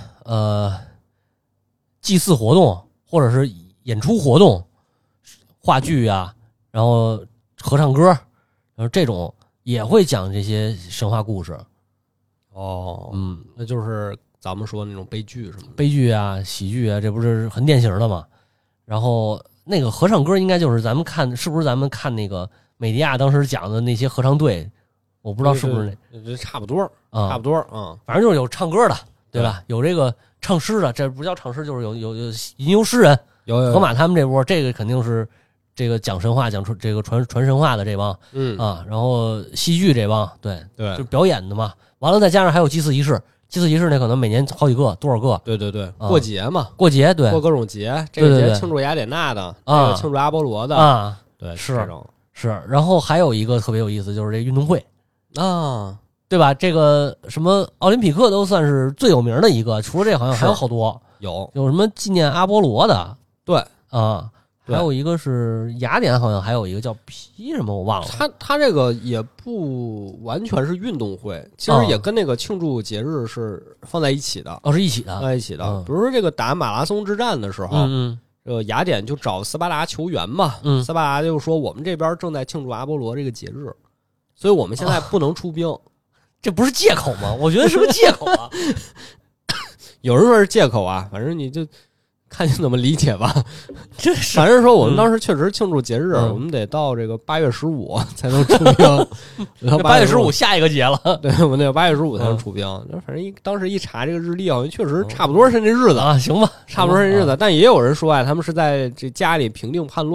祭祀活动。或者是演出活动，话剧啊，然后合唱歌，然后这种也会讲这些神话故事。 那就是咱们说那种悲剧是吗？ 悲剧啊，喜剧啊，这不是很典型的吗？然后那个合唱歌应该就是咱们看，是不是咱们看那个美迪亚当时讲的那些合唱队？我不知道是不是那，差不多，差不多反正就是有唱歌的，对吧？有这个。唱诗的，这不叫唱诗，就是有吟游诗人， 有河马他们这波，这个肯定是这个讲神话、讲这个传神话的这帮，然后戏剧这帮，对，就表演的嘛。完了再加上还有祭祀仪式，祭祀仪式那可能每年好几个，多少个？ 对，过节嘛， 过节对， 过各种节，这个节庆祝雅典娜的，这个庆祝阿波罗的对， 是。然后还有一个特别有意思，就是这运动会对吧？这个什么奥林匹克都算是最有名的一个，除了这好像还有好多， 有什么纪念阿波罗的， 对还有一个是雅典，好像还有一个叫皮什么我忘了。 他这个也不完全是运动会，其实也跟那个庆祝节日是放在一起的。 是一起的， 放在一起的。比如说这个打马拉松之战的时候，这个雅典就找斯巴达球员嘛，斯巴达就说我们这边正在庆祝阿波罗这个节日，所以我们现在不能出兵。 这不是借口吗？我觉得是个借口啊。 有人说是借口啊，反正你就看你怎么理解吧。 这是， 反正说我们当时确实庆祝节日，我们得到这个8月15才能出兵。 8月15下一个节了， 对，我们得8月15才能出兵。反正当时一查这个日历，好像确实差不多是那日子啊。行吧， 差不多是那日子。但也有人说他们是在这家里平定叛乱。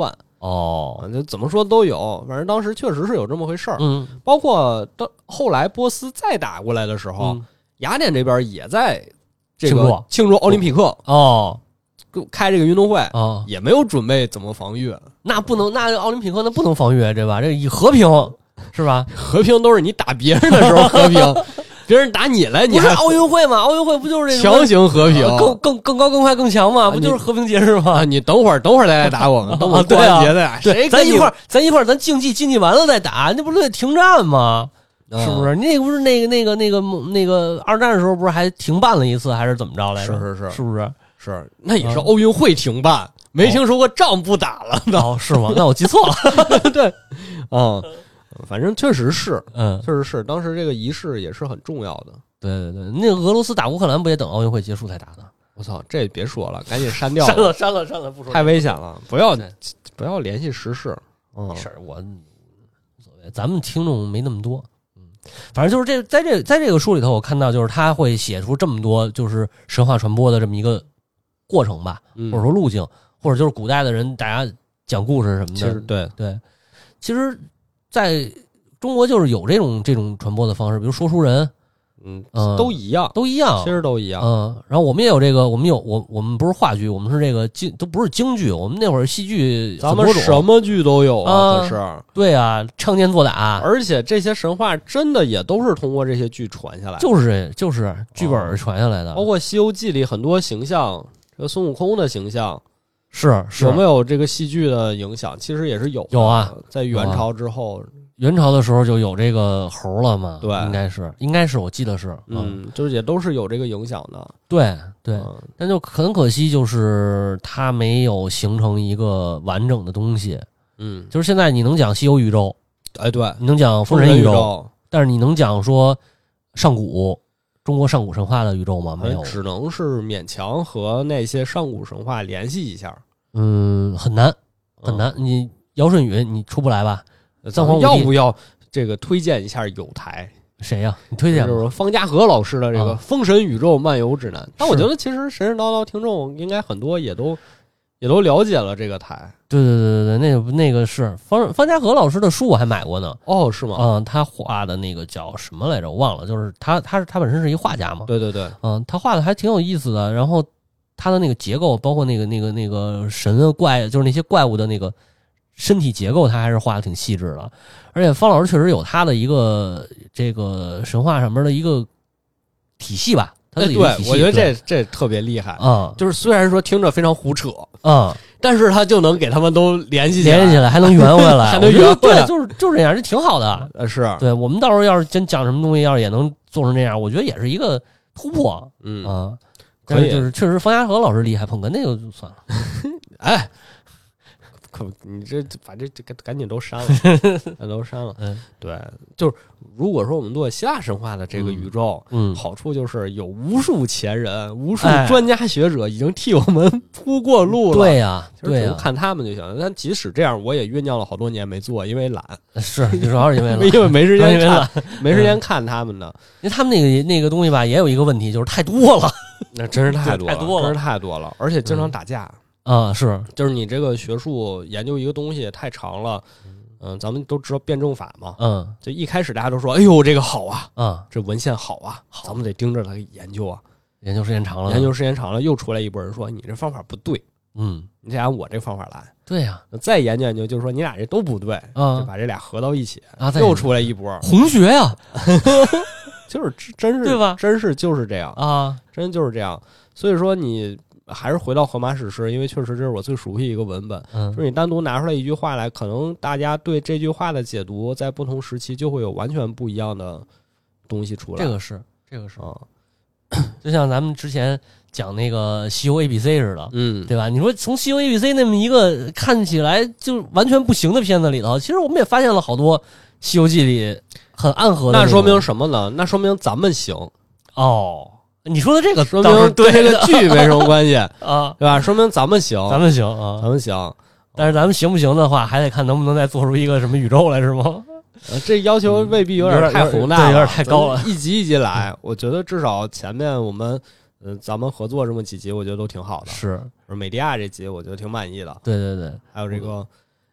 哦， 就怎么说都有，反正当时确实是有这么回事儿。包括后来波斯再打过来的时候，雅典这边也在这个庆祝奥林匹克开这个运动会也没有准备怎么防御。 那不能，那奥林匹克那不能防御，对吧？这以和平是吧？ 和平都是你打别人的时候和平。别人打你来，你还不是奥运会吗？奥运会不就是这强行和平， 更高、更快、更强吗？不就是和平节日吗？ 你等会儿再来打我们，等我过完节的，谁咱一块儿，咱竞技完了再打，那不是得停战吗？是不是？那不是那个二战的时候不是还停办了一次，还是怎么着来着？是不是？ 是，那也是奥运会停办，没听说过仗不打了呢。 哦，是吗？那我记错了。 对，反正确实是，确实是，当时这个仪式也是很重要的。 对，那个俄罗斯打乌克兰不也等奥运会结束才打的？ 我操，这别说了，赶紧删掉删了，不说， 太危险了，不要联系时事。 没事，我无所谓，咱们听众没那么多。反正就是在这个书里头，我看到就是他会写出这么多就是神话传播的这么一个过程吧，或者说路径，或者就是古代的人大家讲故事什么的。 其实对，其实在中国就是有这种传播的方式，比如说书人， 都一样，其实都一样。 然后我们也有这个，我们不是话剧，我们是这个都不是京剧，我们那会儿戏剧咱们什么剧都有啊，可是对啊，唱剑做打， 而且这些神话真的也都是通过这些剧传下来的， 就是剧本传下来的， 包括《西游记》里很多形象，这个孙悟空的形象是有没有这个戏剧的影响？其实也是有啊， 在元朝之后。 元朝的时候就有这个猴了嘛？ 对， 应该是，我记得是， 就是也都是有这个影响的。 对，但就很可惜，就是它没有形成一个完整的东西。就是现在你能讲西游宇宙， 对， 你能讲封神宇宙，但是你能讲说中国上古神话的宇宙吗？没有， 只能是勉强和那些上古神话联系一下。 很难。你尧舜禹你出不来吧？ 咱们要不要这个推荐一下有台？ 谁呀？你推荐就是方家和老师的这个《封神宇宙漫游指南》。但我觉得其实神神叨叨听众应该很多也都了解了这个台。 对，那个是方家和老师的书我还买过呢。 哦，是吗？ 他画的那个叫什么来着？我忘了。就是他本身是一画家嘛。 对。 他画的还挺有意思的。然后他的那个结构，包括那个神怪，就是那些怪物的那个身体结构，他还是画的挺细致的。而且方老师确实有他的一个这个神话上面的一个体系吧，他自己的体系。 对，我觉得这特别厉害就是虽然说听着非常胡扯但是他就能给他们都联系起来，还能圆回来， 还能圆回来， 就是这样，这挺好的。 是对，我们到时候要是真讲什么东西，要是也能做成这样，我觉得也是一个突破。但是就是确实方家和老师厉害，捧哏那个就算了。 哎。可你这把这赶紧都删了，都删了。对，就是如果说我们做希腊神话的这个宇宙，好处就是有无数前人、无数专家学者已经替我们铺过路了。 对呀， 对呀，看他们就行。但即使这样，我也酝酿了好多年没做，因为懒。 是，主要是因为懒， 因为没时间看，没时间看他们的。 因为他们那个东西吧，也有一个问题，就是太多了。 那真是太多了， 真是太多了，而且经常打架。 是， 就是你这个学术研究一个东西太长了，咱们都知道辩证法嘛，就一开始大家都说，哎呦这个好啊，这文献好啊，咱们得盯着它研究啊， 研究时间长了， 又出来一波人说你这方法不对，你得按我这方法来， 对呀， 再研究研究，就是说你俩这都不对，就把这俩合到一起又出来一波红学呀， 就是真是对吧？ 真是就是这样真就是这样，所以说你。还是回到荷马史诗，因为确实这是我最熟悉一个文本。就是你单独拿出来一句话来，可能大家对这句话的解读，在不同时期就会有完全不一样的东西出来。 这个是就像咱们之前讲那个《西游 ABC》似的，对吧？你说从《西游 ABC》那么一个看起来就完全不行的片子里头，其实我们也发现了好多《西游记》里很暗合的。 那说明什么呢？那说明咱们行你说的这个说明对这个剧没什么关系对吧？说明咱们行， 咱们行。但是咱们行不行的话，还得看能不能再做出一个什么宇宙来，是吗？ 这要求未必有点太宏大了， 有点太高了。 一集一集来，我觉得至少前面我们咱们合作这么几集，我觉得都挺好的。 是美迪亚这集，我觉得挺满意的。 对， 还有这个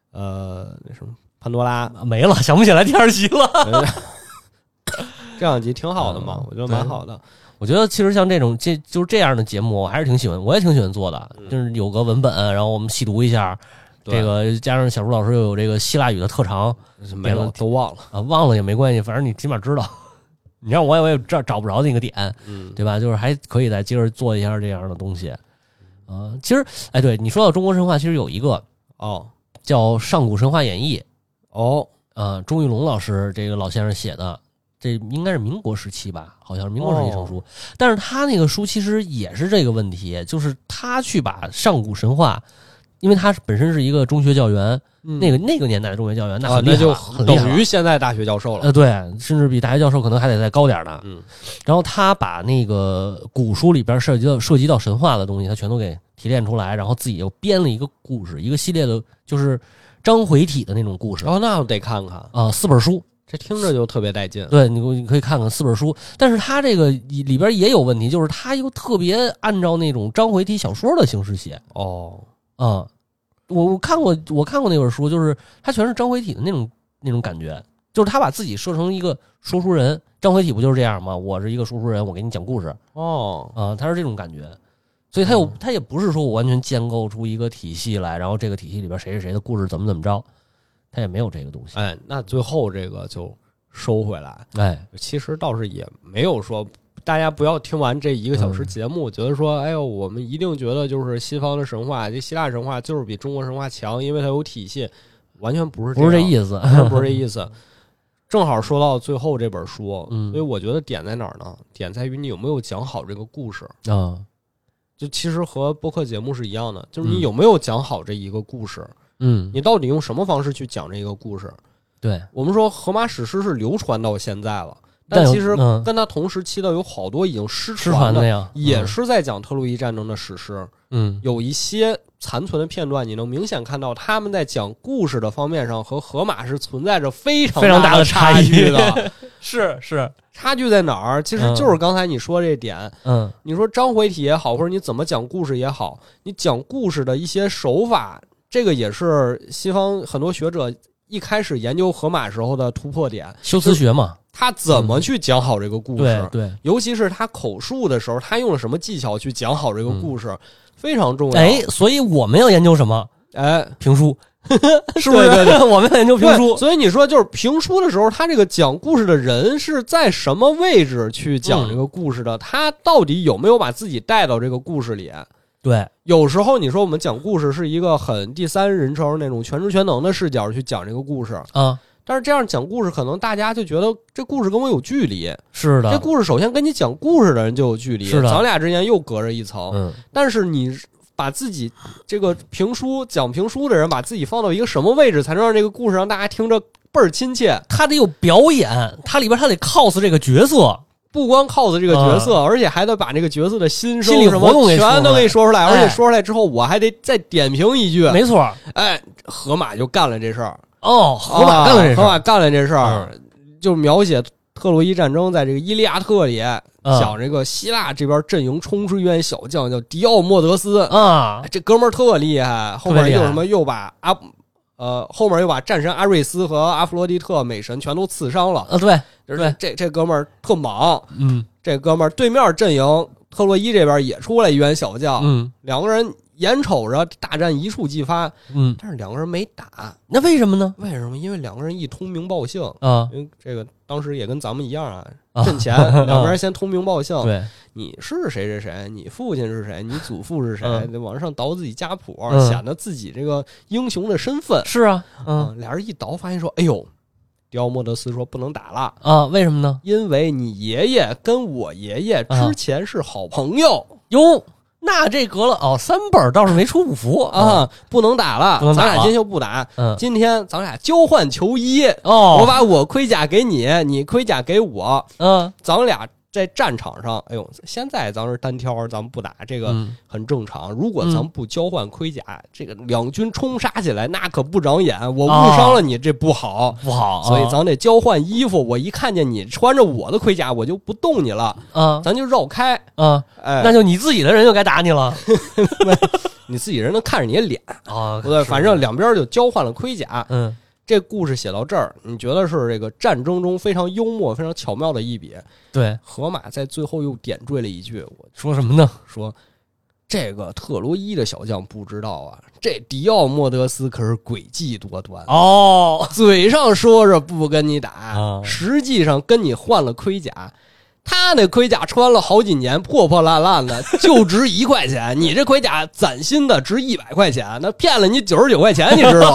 那什么潘多拉没了，想不起来第2集了。 这2集挺好的嘛，我觉得蛮好的。 我觉得其实像就是这样的节目，我还是挺喜欢，我也挺喜欢做的。就是有个文本，然后我们细读一下，这个加上小朱老师又有这个希腊语的特长， 没了都忘了啊，忘了也没关系，反正你起码知道。你让我也找不着那个点，对吧？就是还可以再接着做一下这样的东西。其实，哎，对你说到中国神话，其实有一个叫《上古神话演义》钟玉龙老师这个老先生写的，这应该是民国时期吧，好像是民国时期成书。但是他那个书其实也是这个问题，就是他去把上古神话，因为他本身是一个中学教员，那个年代的中学教员，那很厉害， 那就等于现在大学教授了。 对，甚至比大学教授可能还得再高点呢。然后他把那个古书里边涉及到神话的东西，他全都给提炼出来，然后自己又编了一个故事，一个系列的，就是章回体的那种故事。 那我得看看啊，4本书。 这听着就特别带劲。 对，你可以看看4本书，但是他这个里边也有问题，就是他又特别按照那种章回体小说的形式写。我看过那本书，就是他全是章回体的那种感觉，就是他把自己设成一个说书人，章回体不就是这样吗？我是一个说书人，我给你讲故事。他是这种感觉，所以他也不是说我完全建构出一个体系来，然后这个体系里边谁是谁的故事怎么着。他也没有这个东西。 那最后这个就收回来。其实倒是也没有说，大家不要听完这1个小时节目，觉得说，哎呦，我们一定觉得就是西方的神话，这希腊神话就是比中国神话强，因为它有体系，完全不是这意思， 不是这意思。正好说到最后这本书，所以我觉得点在哪儿呢？点在于你有没有讲好这个故事就其实和播客节目是一样的，就是你有没有讲好这一个故事。你到底用什么方式去讲这个故事？ 对， 我们说荷马史诗是流传到现在了，但其实跟它同时期的有好多已经失传的呀， 也是在讲特洛伊战争的史诗。有一些残存的片段，你能明显看到他们在讲故事的方面上和荷马是存在着非常大的差距的。 是差距在哪儿？其实就是刚才你说这点。你说章回体也好，或者你怎么讲故事也好，你讲故事的一些手法。这个也是西方很多学者一开始研究荷马时候的突破点， 修辞学嘛， 他怎么去讲好这个故事？ 对， 尤其是他口述的时候，他用了什么技巧去讲好这个故事，非常重要。 所以我们要研究什么？评书，是不是？ 对， 我们要研究评书。 所以你说，就是评书的时候，他这个讲故事的人是在什么位置去讲这个故事的？他到底有没有把自己带到这个故事里？ 对， 有时候你说我们讲故事是一个很第三人称那种全知全能的视角去讲这个故事但是这样讲故事可能大家就觉得这故事跟我有距离。 是的， 这故事首先跟你讲故事的人就有距离， 是的， 咱俩之间又隔着一层。但是你把自己这个讲评书的人把自己放到一个什么位置才能让这个故事让大家听着倍儿亲切？ 他得有表演，他里边他得 cos 这个角色。 不光 cos 这个角色，而且还得把这个角色的心声什么全都给说出来，而且说出来之后，我还得再点评一句。 没错， 荷马就干了这事儿。 荷马干了这事儿，就描写特洛伊战争，在这个《伊利亚特》里讲这个希腊这边阵营冲出一员小将叫迪奥莫德斯这哥们儿特厉害，后面又把后面又把战神阿瑞斯和阿弗罗狄特美神全都刺伤了。 对， 就是这哥们儿特莽。这哥们儿对面阵营特洛伊这边也出来一员小将。两个人眼瞅着大战一触即发。但是两个人没打。 那为什么呢？ 为什么？因为两个人一通名报姓因为这个当时也跟咱们一样阵前两个人先通名报姓。 对， 你是谁谁谁，你父亲是谁，你祖父是谁，往上倒自己家谱，显得自己这个英雄的身份。 是啊， 俩人一倒发现说，哎呦，迪奥莫德斯说不能打了为什么呢？ 因为你爷爷跟我爷爷之前是好朋友。 哟，那这隔了3本倒是没出五服不能打了，咱俩今天就不打。今天咱俩交换球衣我把我盔甲给你，你盔甲给我咱俩在战场上，哎呦，现在咱是单挑，咱们不打，这个很正常。如果咱们不交换盔甲，这个两军冲杀起来，那可不长眼。我误伤了你，这不好， 不好。 所以咱得交换衣服。我一看见你穿着我的盔甲，我就不动你了，咱就绕开。 哎，那就你自己的人就该打你了。 你自己人能看着你的脸啊？ 不对，反正两边就交换了盔甲。 这故事写到这儿，你觉得是这个战争中非常幽默、非常巧妙的一笔？ 对， 荷马在最后又点缀了一句，我说什么呢？ 说这个特洛伊的小将不知道啊，这迪奥莫德斯可是诡计多端嘴上说着不跟你打，实际上跟你换了盔甲。他那盔甲穿了好几年，破破烂烂的，就值1块钱。你这盔甲崭新的值100块钱，那骗了你99块钱，你知道？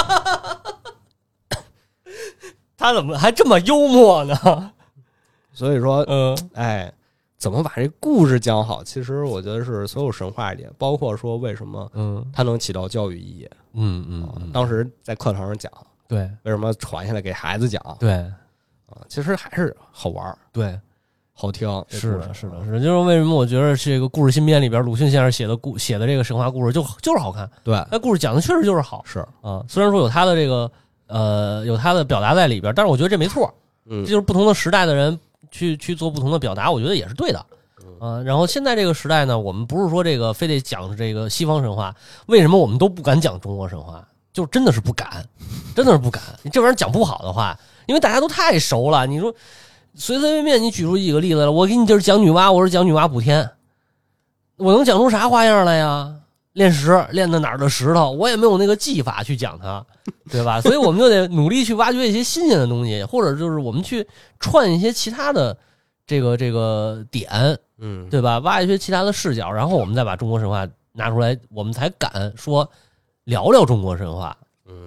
他怎么还这么幽默呢？ 所以说，怎么把这故事讲好？其实我觉得是所有神话里，包括说为什么，它能起到教育意义。当时在课堂上讲， 对， 为什么传下来给孩子讲？ 对， 其实还是好玩， 对， 好听。 是的，就是为什么我觉得这个故事新编里边，鲁迅先生写的这个神话故事就是好看。对，那故事讲的确实就是好。 是啊， 虽然说有他的这个。有他的表达在里边，但是我觉得这没错。这就是不同的时代的人去做不同的表达，我觉得也是对的。然后现在这个时代呢，我们不是说这个非得讲这个西方神话，为什么我们都不敢讲中国神话？就真的是不敢，真的是不敢。你这玩意儿讲不好的话，因为大家都太熟了。你说随随便便你举出几个例子来，我给你就是讲女娲，我是讲女娲补天，我能讲出啥花样来呀？练石练的哪儿的石头，我也没有那个技法去讲它，对吧？所以我们就得努力去挖掘一些新鲜的东西，或者就是我们去串一些其他的这个点，对吧？挖一些其他的视角，然后我们再把中国神话拿出来，我们才敢说聊聊中国神话。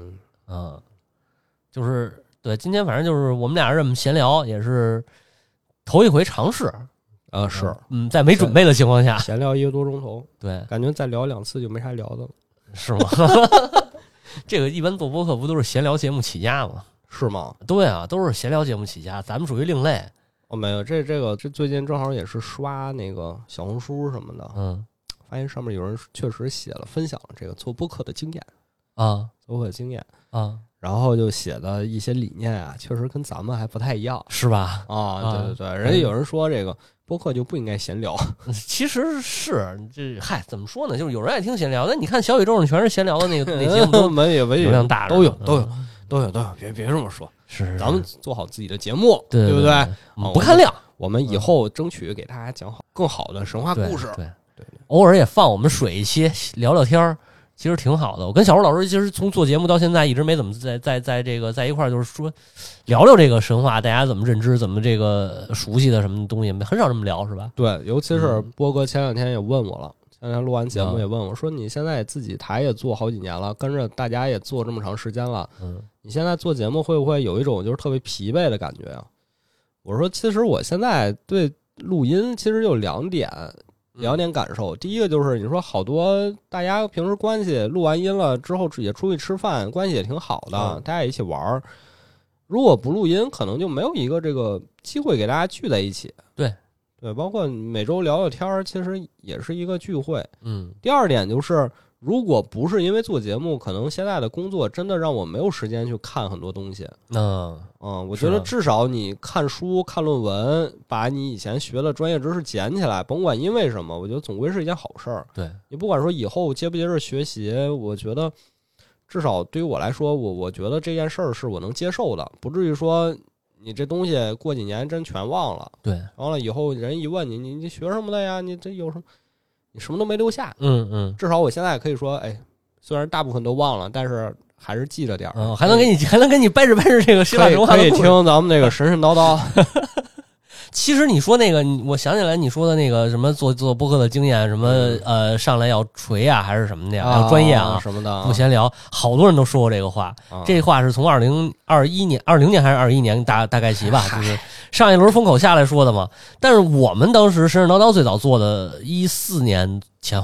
就是对，今天反正就是我们俩人这么闲聊，也是头一回尝试。 是， 在没准备的情况下， 闲聊1个多钟头， 对， 感觉再聊2次就没啥聊的了， 是吗？这个一般做播客不都是闲聊节目起家吗？ 是吗？ 对啊，都是闲聊节目起家，咱们属于另类。 没有，这最近正好也是刷那个小红书什么的，发现上面有人确实写了分享了这个做播客的经验做播客经验然后就写的一些理念啊，确实跟咱们还不太一样， 是吧？ 对，人家有人说这个播客就不应该闲聊， 其实是这怎么说呢？就是有人爱听闲聊，那你看小宇宙上全是闲聊的那节目，流量大， 都有，别这么说， 是咱们做好自己的节目，对不对？ 不看量， 我们以后争取给大家讲好更好的神话故事， 对，偶尔也放我们水一期，聊聊天儿。其实挺好的，我跟小周老师其实从做节目到现在一直没怎么在这个在一块儿，就是说聊聊这个神话，大家怎么认知，怎么这个熟悉的什么东西，很少这么聊，是吧？ 对，尤其是波哥前2天也问我了，前2天录完节目也问我说，你现在自己台也做好几年了，跟着大家也做这么长时间了，你现在做节目会不会有一种就是特别疲惫的感觉啊？我说，其实我现在对录音其实有2点感受。第一个就是你说好多大家平时关系录完音了之后也出去吃饭，关系也挺好的，大家一起玩。如果不录音，可能就没有一个这个机会给大家聚在一起。对，包括每周聊聊天，其实也是一个聚会。第2点就是，如果不是因为做节目，可能现在的工作真的让我没有时间去看很多东西。我觉得至少你看书、看论文，把你以前学的专业知识捡起来，甭管因为什么，我觉得总归是一件好事儿。对，你不管说以后接不接着学习，我觉得至少对于我来说，我觉得这件事儿是我能接受的，不至于说你这东西过几年真全忘了。对，完了以后人一问你学什么的呀？你这有什么？你什么都没留下。至少我现在可以说，虽然大部分都忘了，但是还是记着点儿。 还能给你掰扯这个希腊神话。 可以听咱们那个神神叨叨。 其实你说那个，我想起来你说的那个什么做播客的经验，什么上来要锤啊，还是什么的呀，要专业啊什么的， 不闲聊。好多人都说过这个话，这话是从2020年还是21年大概齐吧，就是上一轮风口下来说的嘛。但是我们当时神神叨叨最早做的14年前后，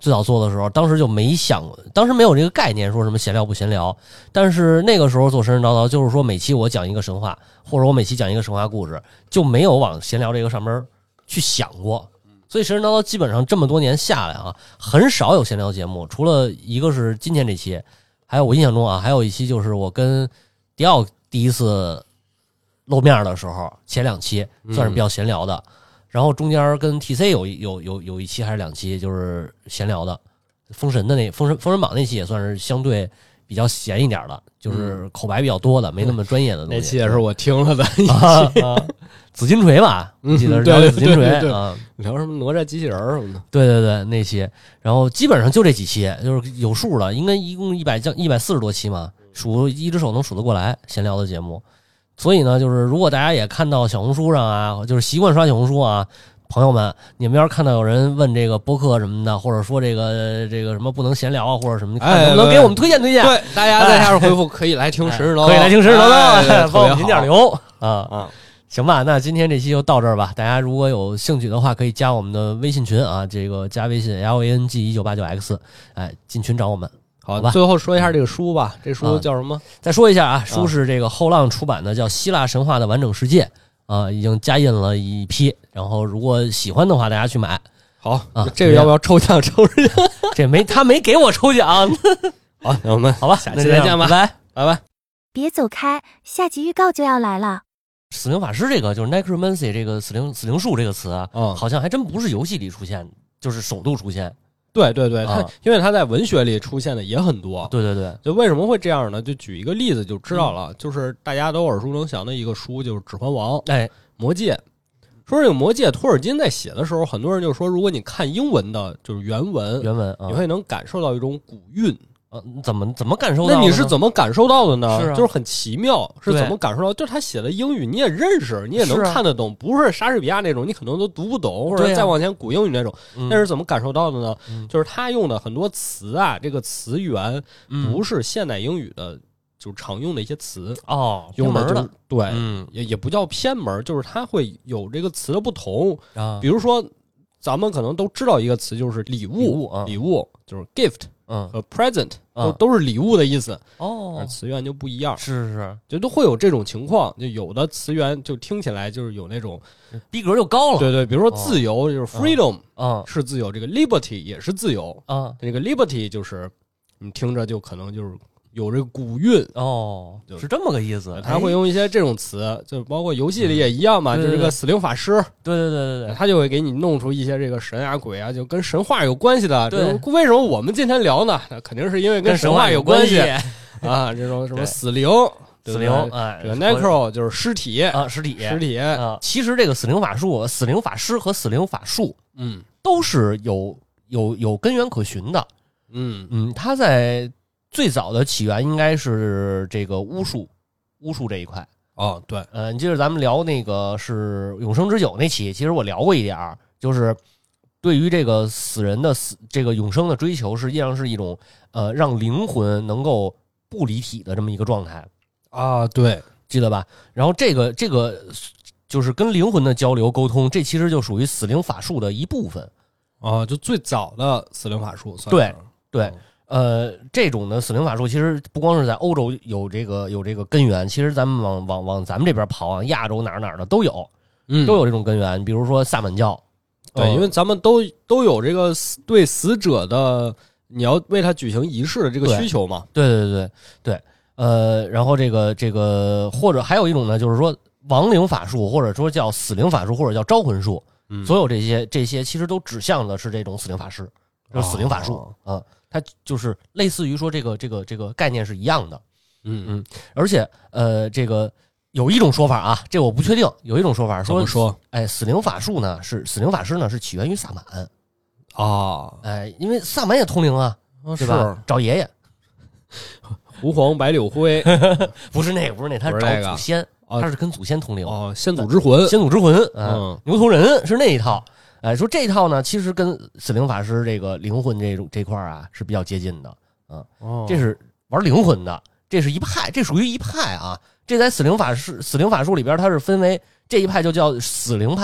最早做的时候，当时就没想，当时没有这个概念，说什么闲聊不闲聊。但是那个时候做神神叨叨，就是说每期我讲一个神话，或者我每期讲一个神话故事，就没有往闲聊这个上面去想过。所以神神叨叨基本上这么多年下来啊，很少有闲聊节目，除了一个是今天这期，还有我印象中啊，还有一期就是我跟迪奥第一次露面的时候，前2期算是比较闲聊的。然后中间跟 TC 有一期还是2期，就是闲聊的。封神榜那期也算是相对比较闲一点的，就是口白比较多的，没那么专业的东西。 那期也是我听了的一期， 紫金锤吧，记得是聊紫金锤啊， 聊什么哪吒机器人什么的。 对，那期。然后基本上就这几期，就是有数了，应该一共140多期嘛，数一只手能数得过来闲聊的节目。所以呢，就是如果大家也看到小红书上啊，就是习惯刷小红书啊，朋友们，你们要是看到有人问这个播客什么的，或者说这个什么不能闲聊啊，或者什么，看能不能给我们推荐推荐？ 对，大家在下面回复可以来听神神叨叨， 可以来听神神叨叨，帮我们引点流啊。行吧，那今天这期就到这儿吧。大家如果有兴趣的话，可以加我们的微信群啊，这个加微信 LANG1989X， 哎，进群找我们。好吧， 最后说一下这个书吧，这书叫什么？ 再说一下啊，书是这个后浪出版的，叫《希腊神话的完整世界》啊，已经加印了一批。然后如果喜欢的话，大家去买。 好啊，这个要不要抽奖？ 他没给我抽奖。 好，那我们好吧， 下期再见吧，拜拜。 别走开，下集预告就要来了。 死灵法师这个就是 necromancy 这个死灵术这个词啊，好像还真不是游戏里出现，就是首度出现。 对，它因为它在文学里出现的也很多。 对， 就为什么会这样呢？就举一个例子就知道了，就是大家都耳熟能详的一个书，就是《指环王》。魔戒。说这个魔戒，托尔金在写的时候，很多人就说，如果你看英文的，就是原文，你会能感受到一种古韵。 怎么感受到？ 那你是怎么感受到的呢？ 是啊， 就是很奇妙，是怎么感受到？就是他写的英语你也认识，你也能看得懂，不是莎士比亚那种你可能都读不懂，或者再往前古英语那种。但是怎么感受到的呢？就是他用的很多词啊，这个词源不是现代英语的，就是常用的一些词用的就是对，也不叫偏门，就是它会有这个词的不同啊。 比如说，咱们可能都知道一个词，就是礼物就是 gift。和 present 都是礼物的意思词源就不一样， 是， 就都会有这种情况，就有的词源就听起来就是有那种逼格就高了， 对，比如说自由就是 freedom 是自由，这个 liberty 也是自由这个 liberty 就是你听着就可能就是有这个古韵是这么个意思。 他会用一些这种词，就包括游戏里也一样嘛，就是这个死灵法师， 对， 他就会给你弄出一些这个神啊鬼啊，就跟神话有关系的。对，为什么我们今天聊呢？那肯定是因为跟神话有关系啊。这种什么死灵， 这个 necro 就是尸体尸体。其实这个死灵法师和死灵法术，都是有根源可循的。他在最早的起源应该是这个巫术这一块对， 你记得咱们聊那个是永生之酒那期，其实我聊过一点，就是对于这个死人的这个永生的追求，实际上是一种让灵魂能够不离体的这么一个状态对， 记得吧？然后这个就是跟灵魂的交流沟通，这其实就属于死灵法术的一部分就最早的死灵法术， 对。这种的死灵法术其实不光是在欧洲有这个根源，其实咱们往咱们这边跑啊，亚洲哪儿的都有，都有这种根源。比如说萨满教， 对，因为咱们都有这个对死者的你要为他举行仪式的这个需求嘛。 对，然后这个或者还有一种呢，就是说亡灵法术，或者说叫死灵法术，或者叫招魂术，所有这些其实都指向的是这种死灵法师，就是死灵法术它就是类似于说这个概念是一样的，而且这个有一种说法啊，这我不确定，有一种说法说，死灵法术呢死灵法师呢是起源于萨满因为萨满也通灵啊，对吧？找爷爷， 胡黄白柳灰， 不是那个，他找祖先，他是跟祖先通灵先祖之魂， 牛头人是那一套。说这一套呢，其实跟死灵法师这个灵魂这块啊是比较接近的这是玩灵魂的，这是一派，这属于一派啊。这在死灵法术里边，它是分为这一派就叫死灵派，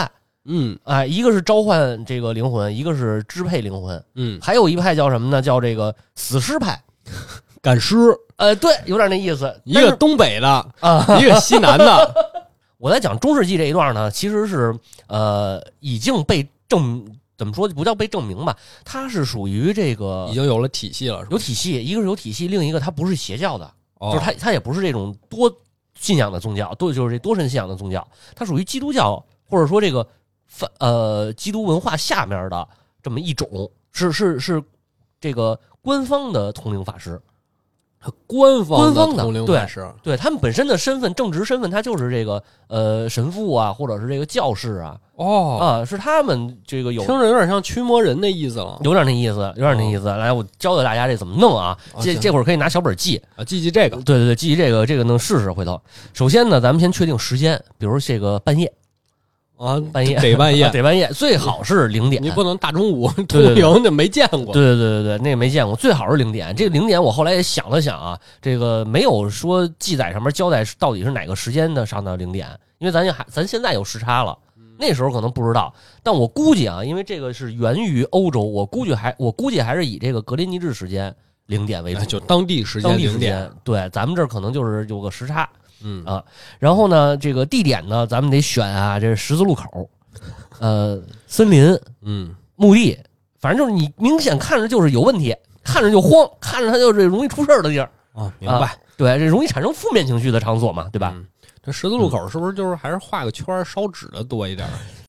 一个是召唤这个灵魂，一个是支配灵魂，还有一派叫什么呢？叫这个死尸派， 赶尸， 对，有点那意思。 一个东北的一个西南的。 我在讲中世纪这一段呢，其实是已经被怎么说不叫被证明吧，它是属于这个已经有了体系了，是吧？ 有体系，一个是有体系，另一个它不是邪教的，就是它也不是这种多信仰的宗教，就是这多神信仰的宗教，它属于基督教或者说这个基督文化下面的这么一种，是这个官方的通灵法师。 官方的通灵法师， 对他们本身的身份，正职身份，他就是这个神父啊，或者是这个教士啊，是他们这个听着有点像驱魔人那意思了， 有点那意思。来，我教教大家这怎么弄啊？这会儿可以拿小本记啊，记这个。 对，记这个能试试回头。首先呢，咱们先确定时间，比如这个半夜。半夜得半夜， 得半夜，最好是0点， 你不能大中午通灵，那没见过。 对，那个没见过，最好是0点。这个0点，我后来也想了想啊，这个没有说记载上面交代到底是哪个时间的上到0点，因为咱现在有时差了，那时候可能不知道。但我估计啊，因为这个是源于欧洲，我估计还是以这个格林尼治时间0点为主， 就当地时间0点。 对，咱们这儿可能就是有个时差。然后呢，这个地点呢，咱们得选啊，这是十字路口，森林，墓地，反正就是你明显看着就是有问题，看着就慌，看着它就是容易出事的地儿啊，明白？ 对，这容易产生负面情绪的场所嘛，对吧？ 这十字路口是不是就是还是画个圈烧纸的多一点？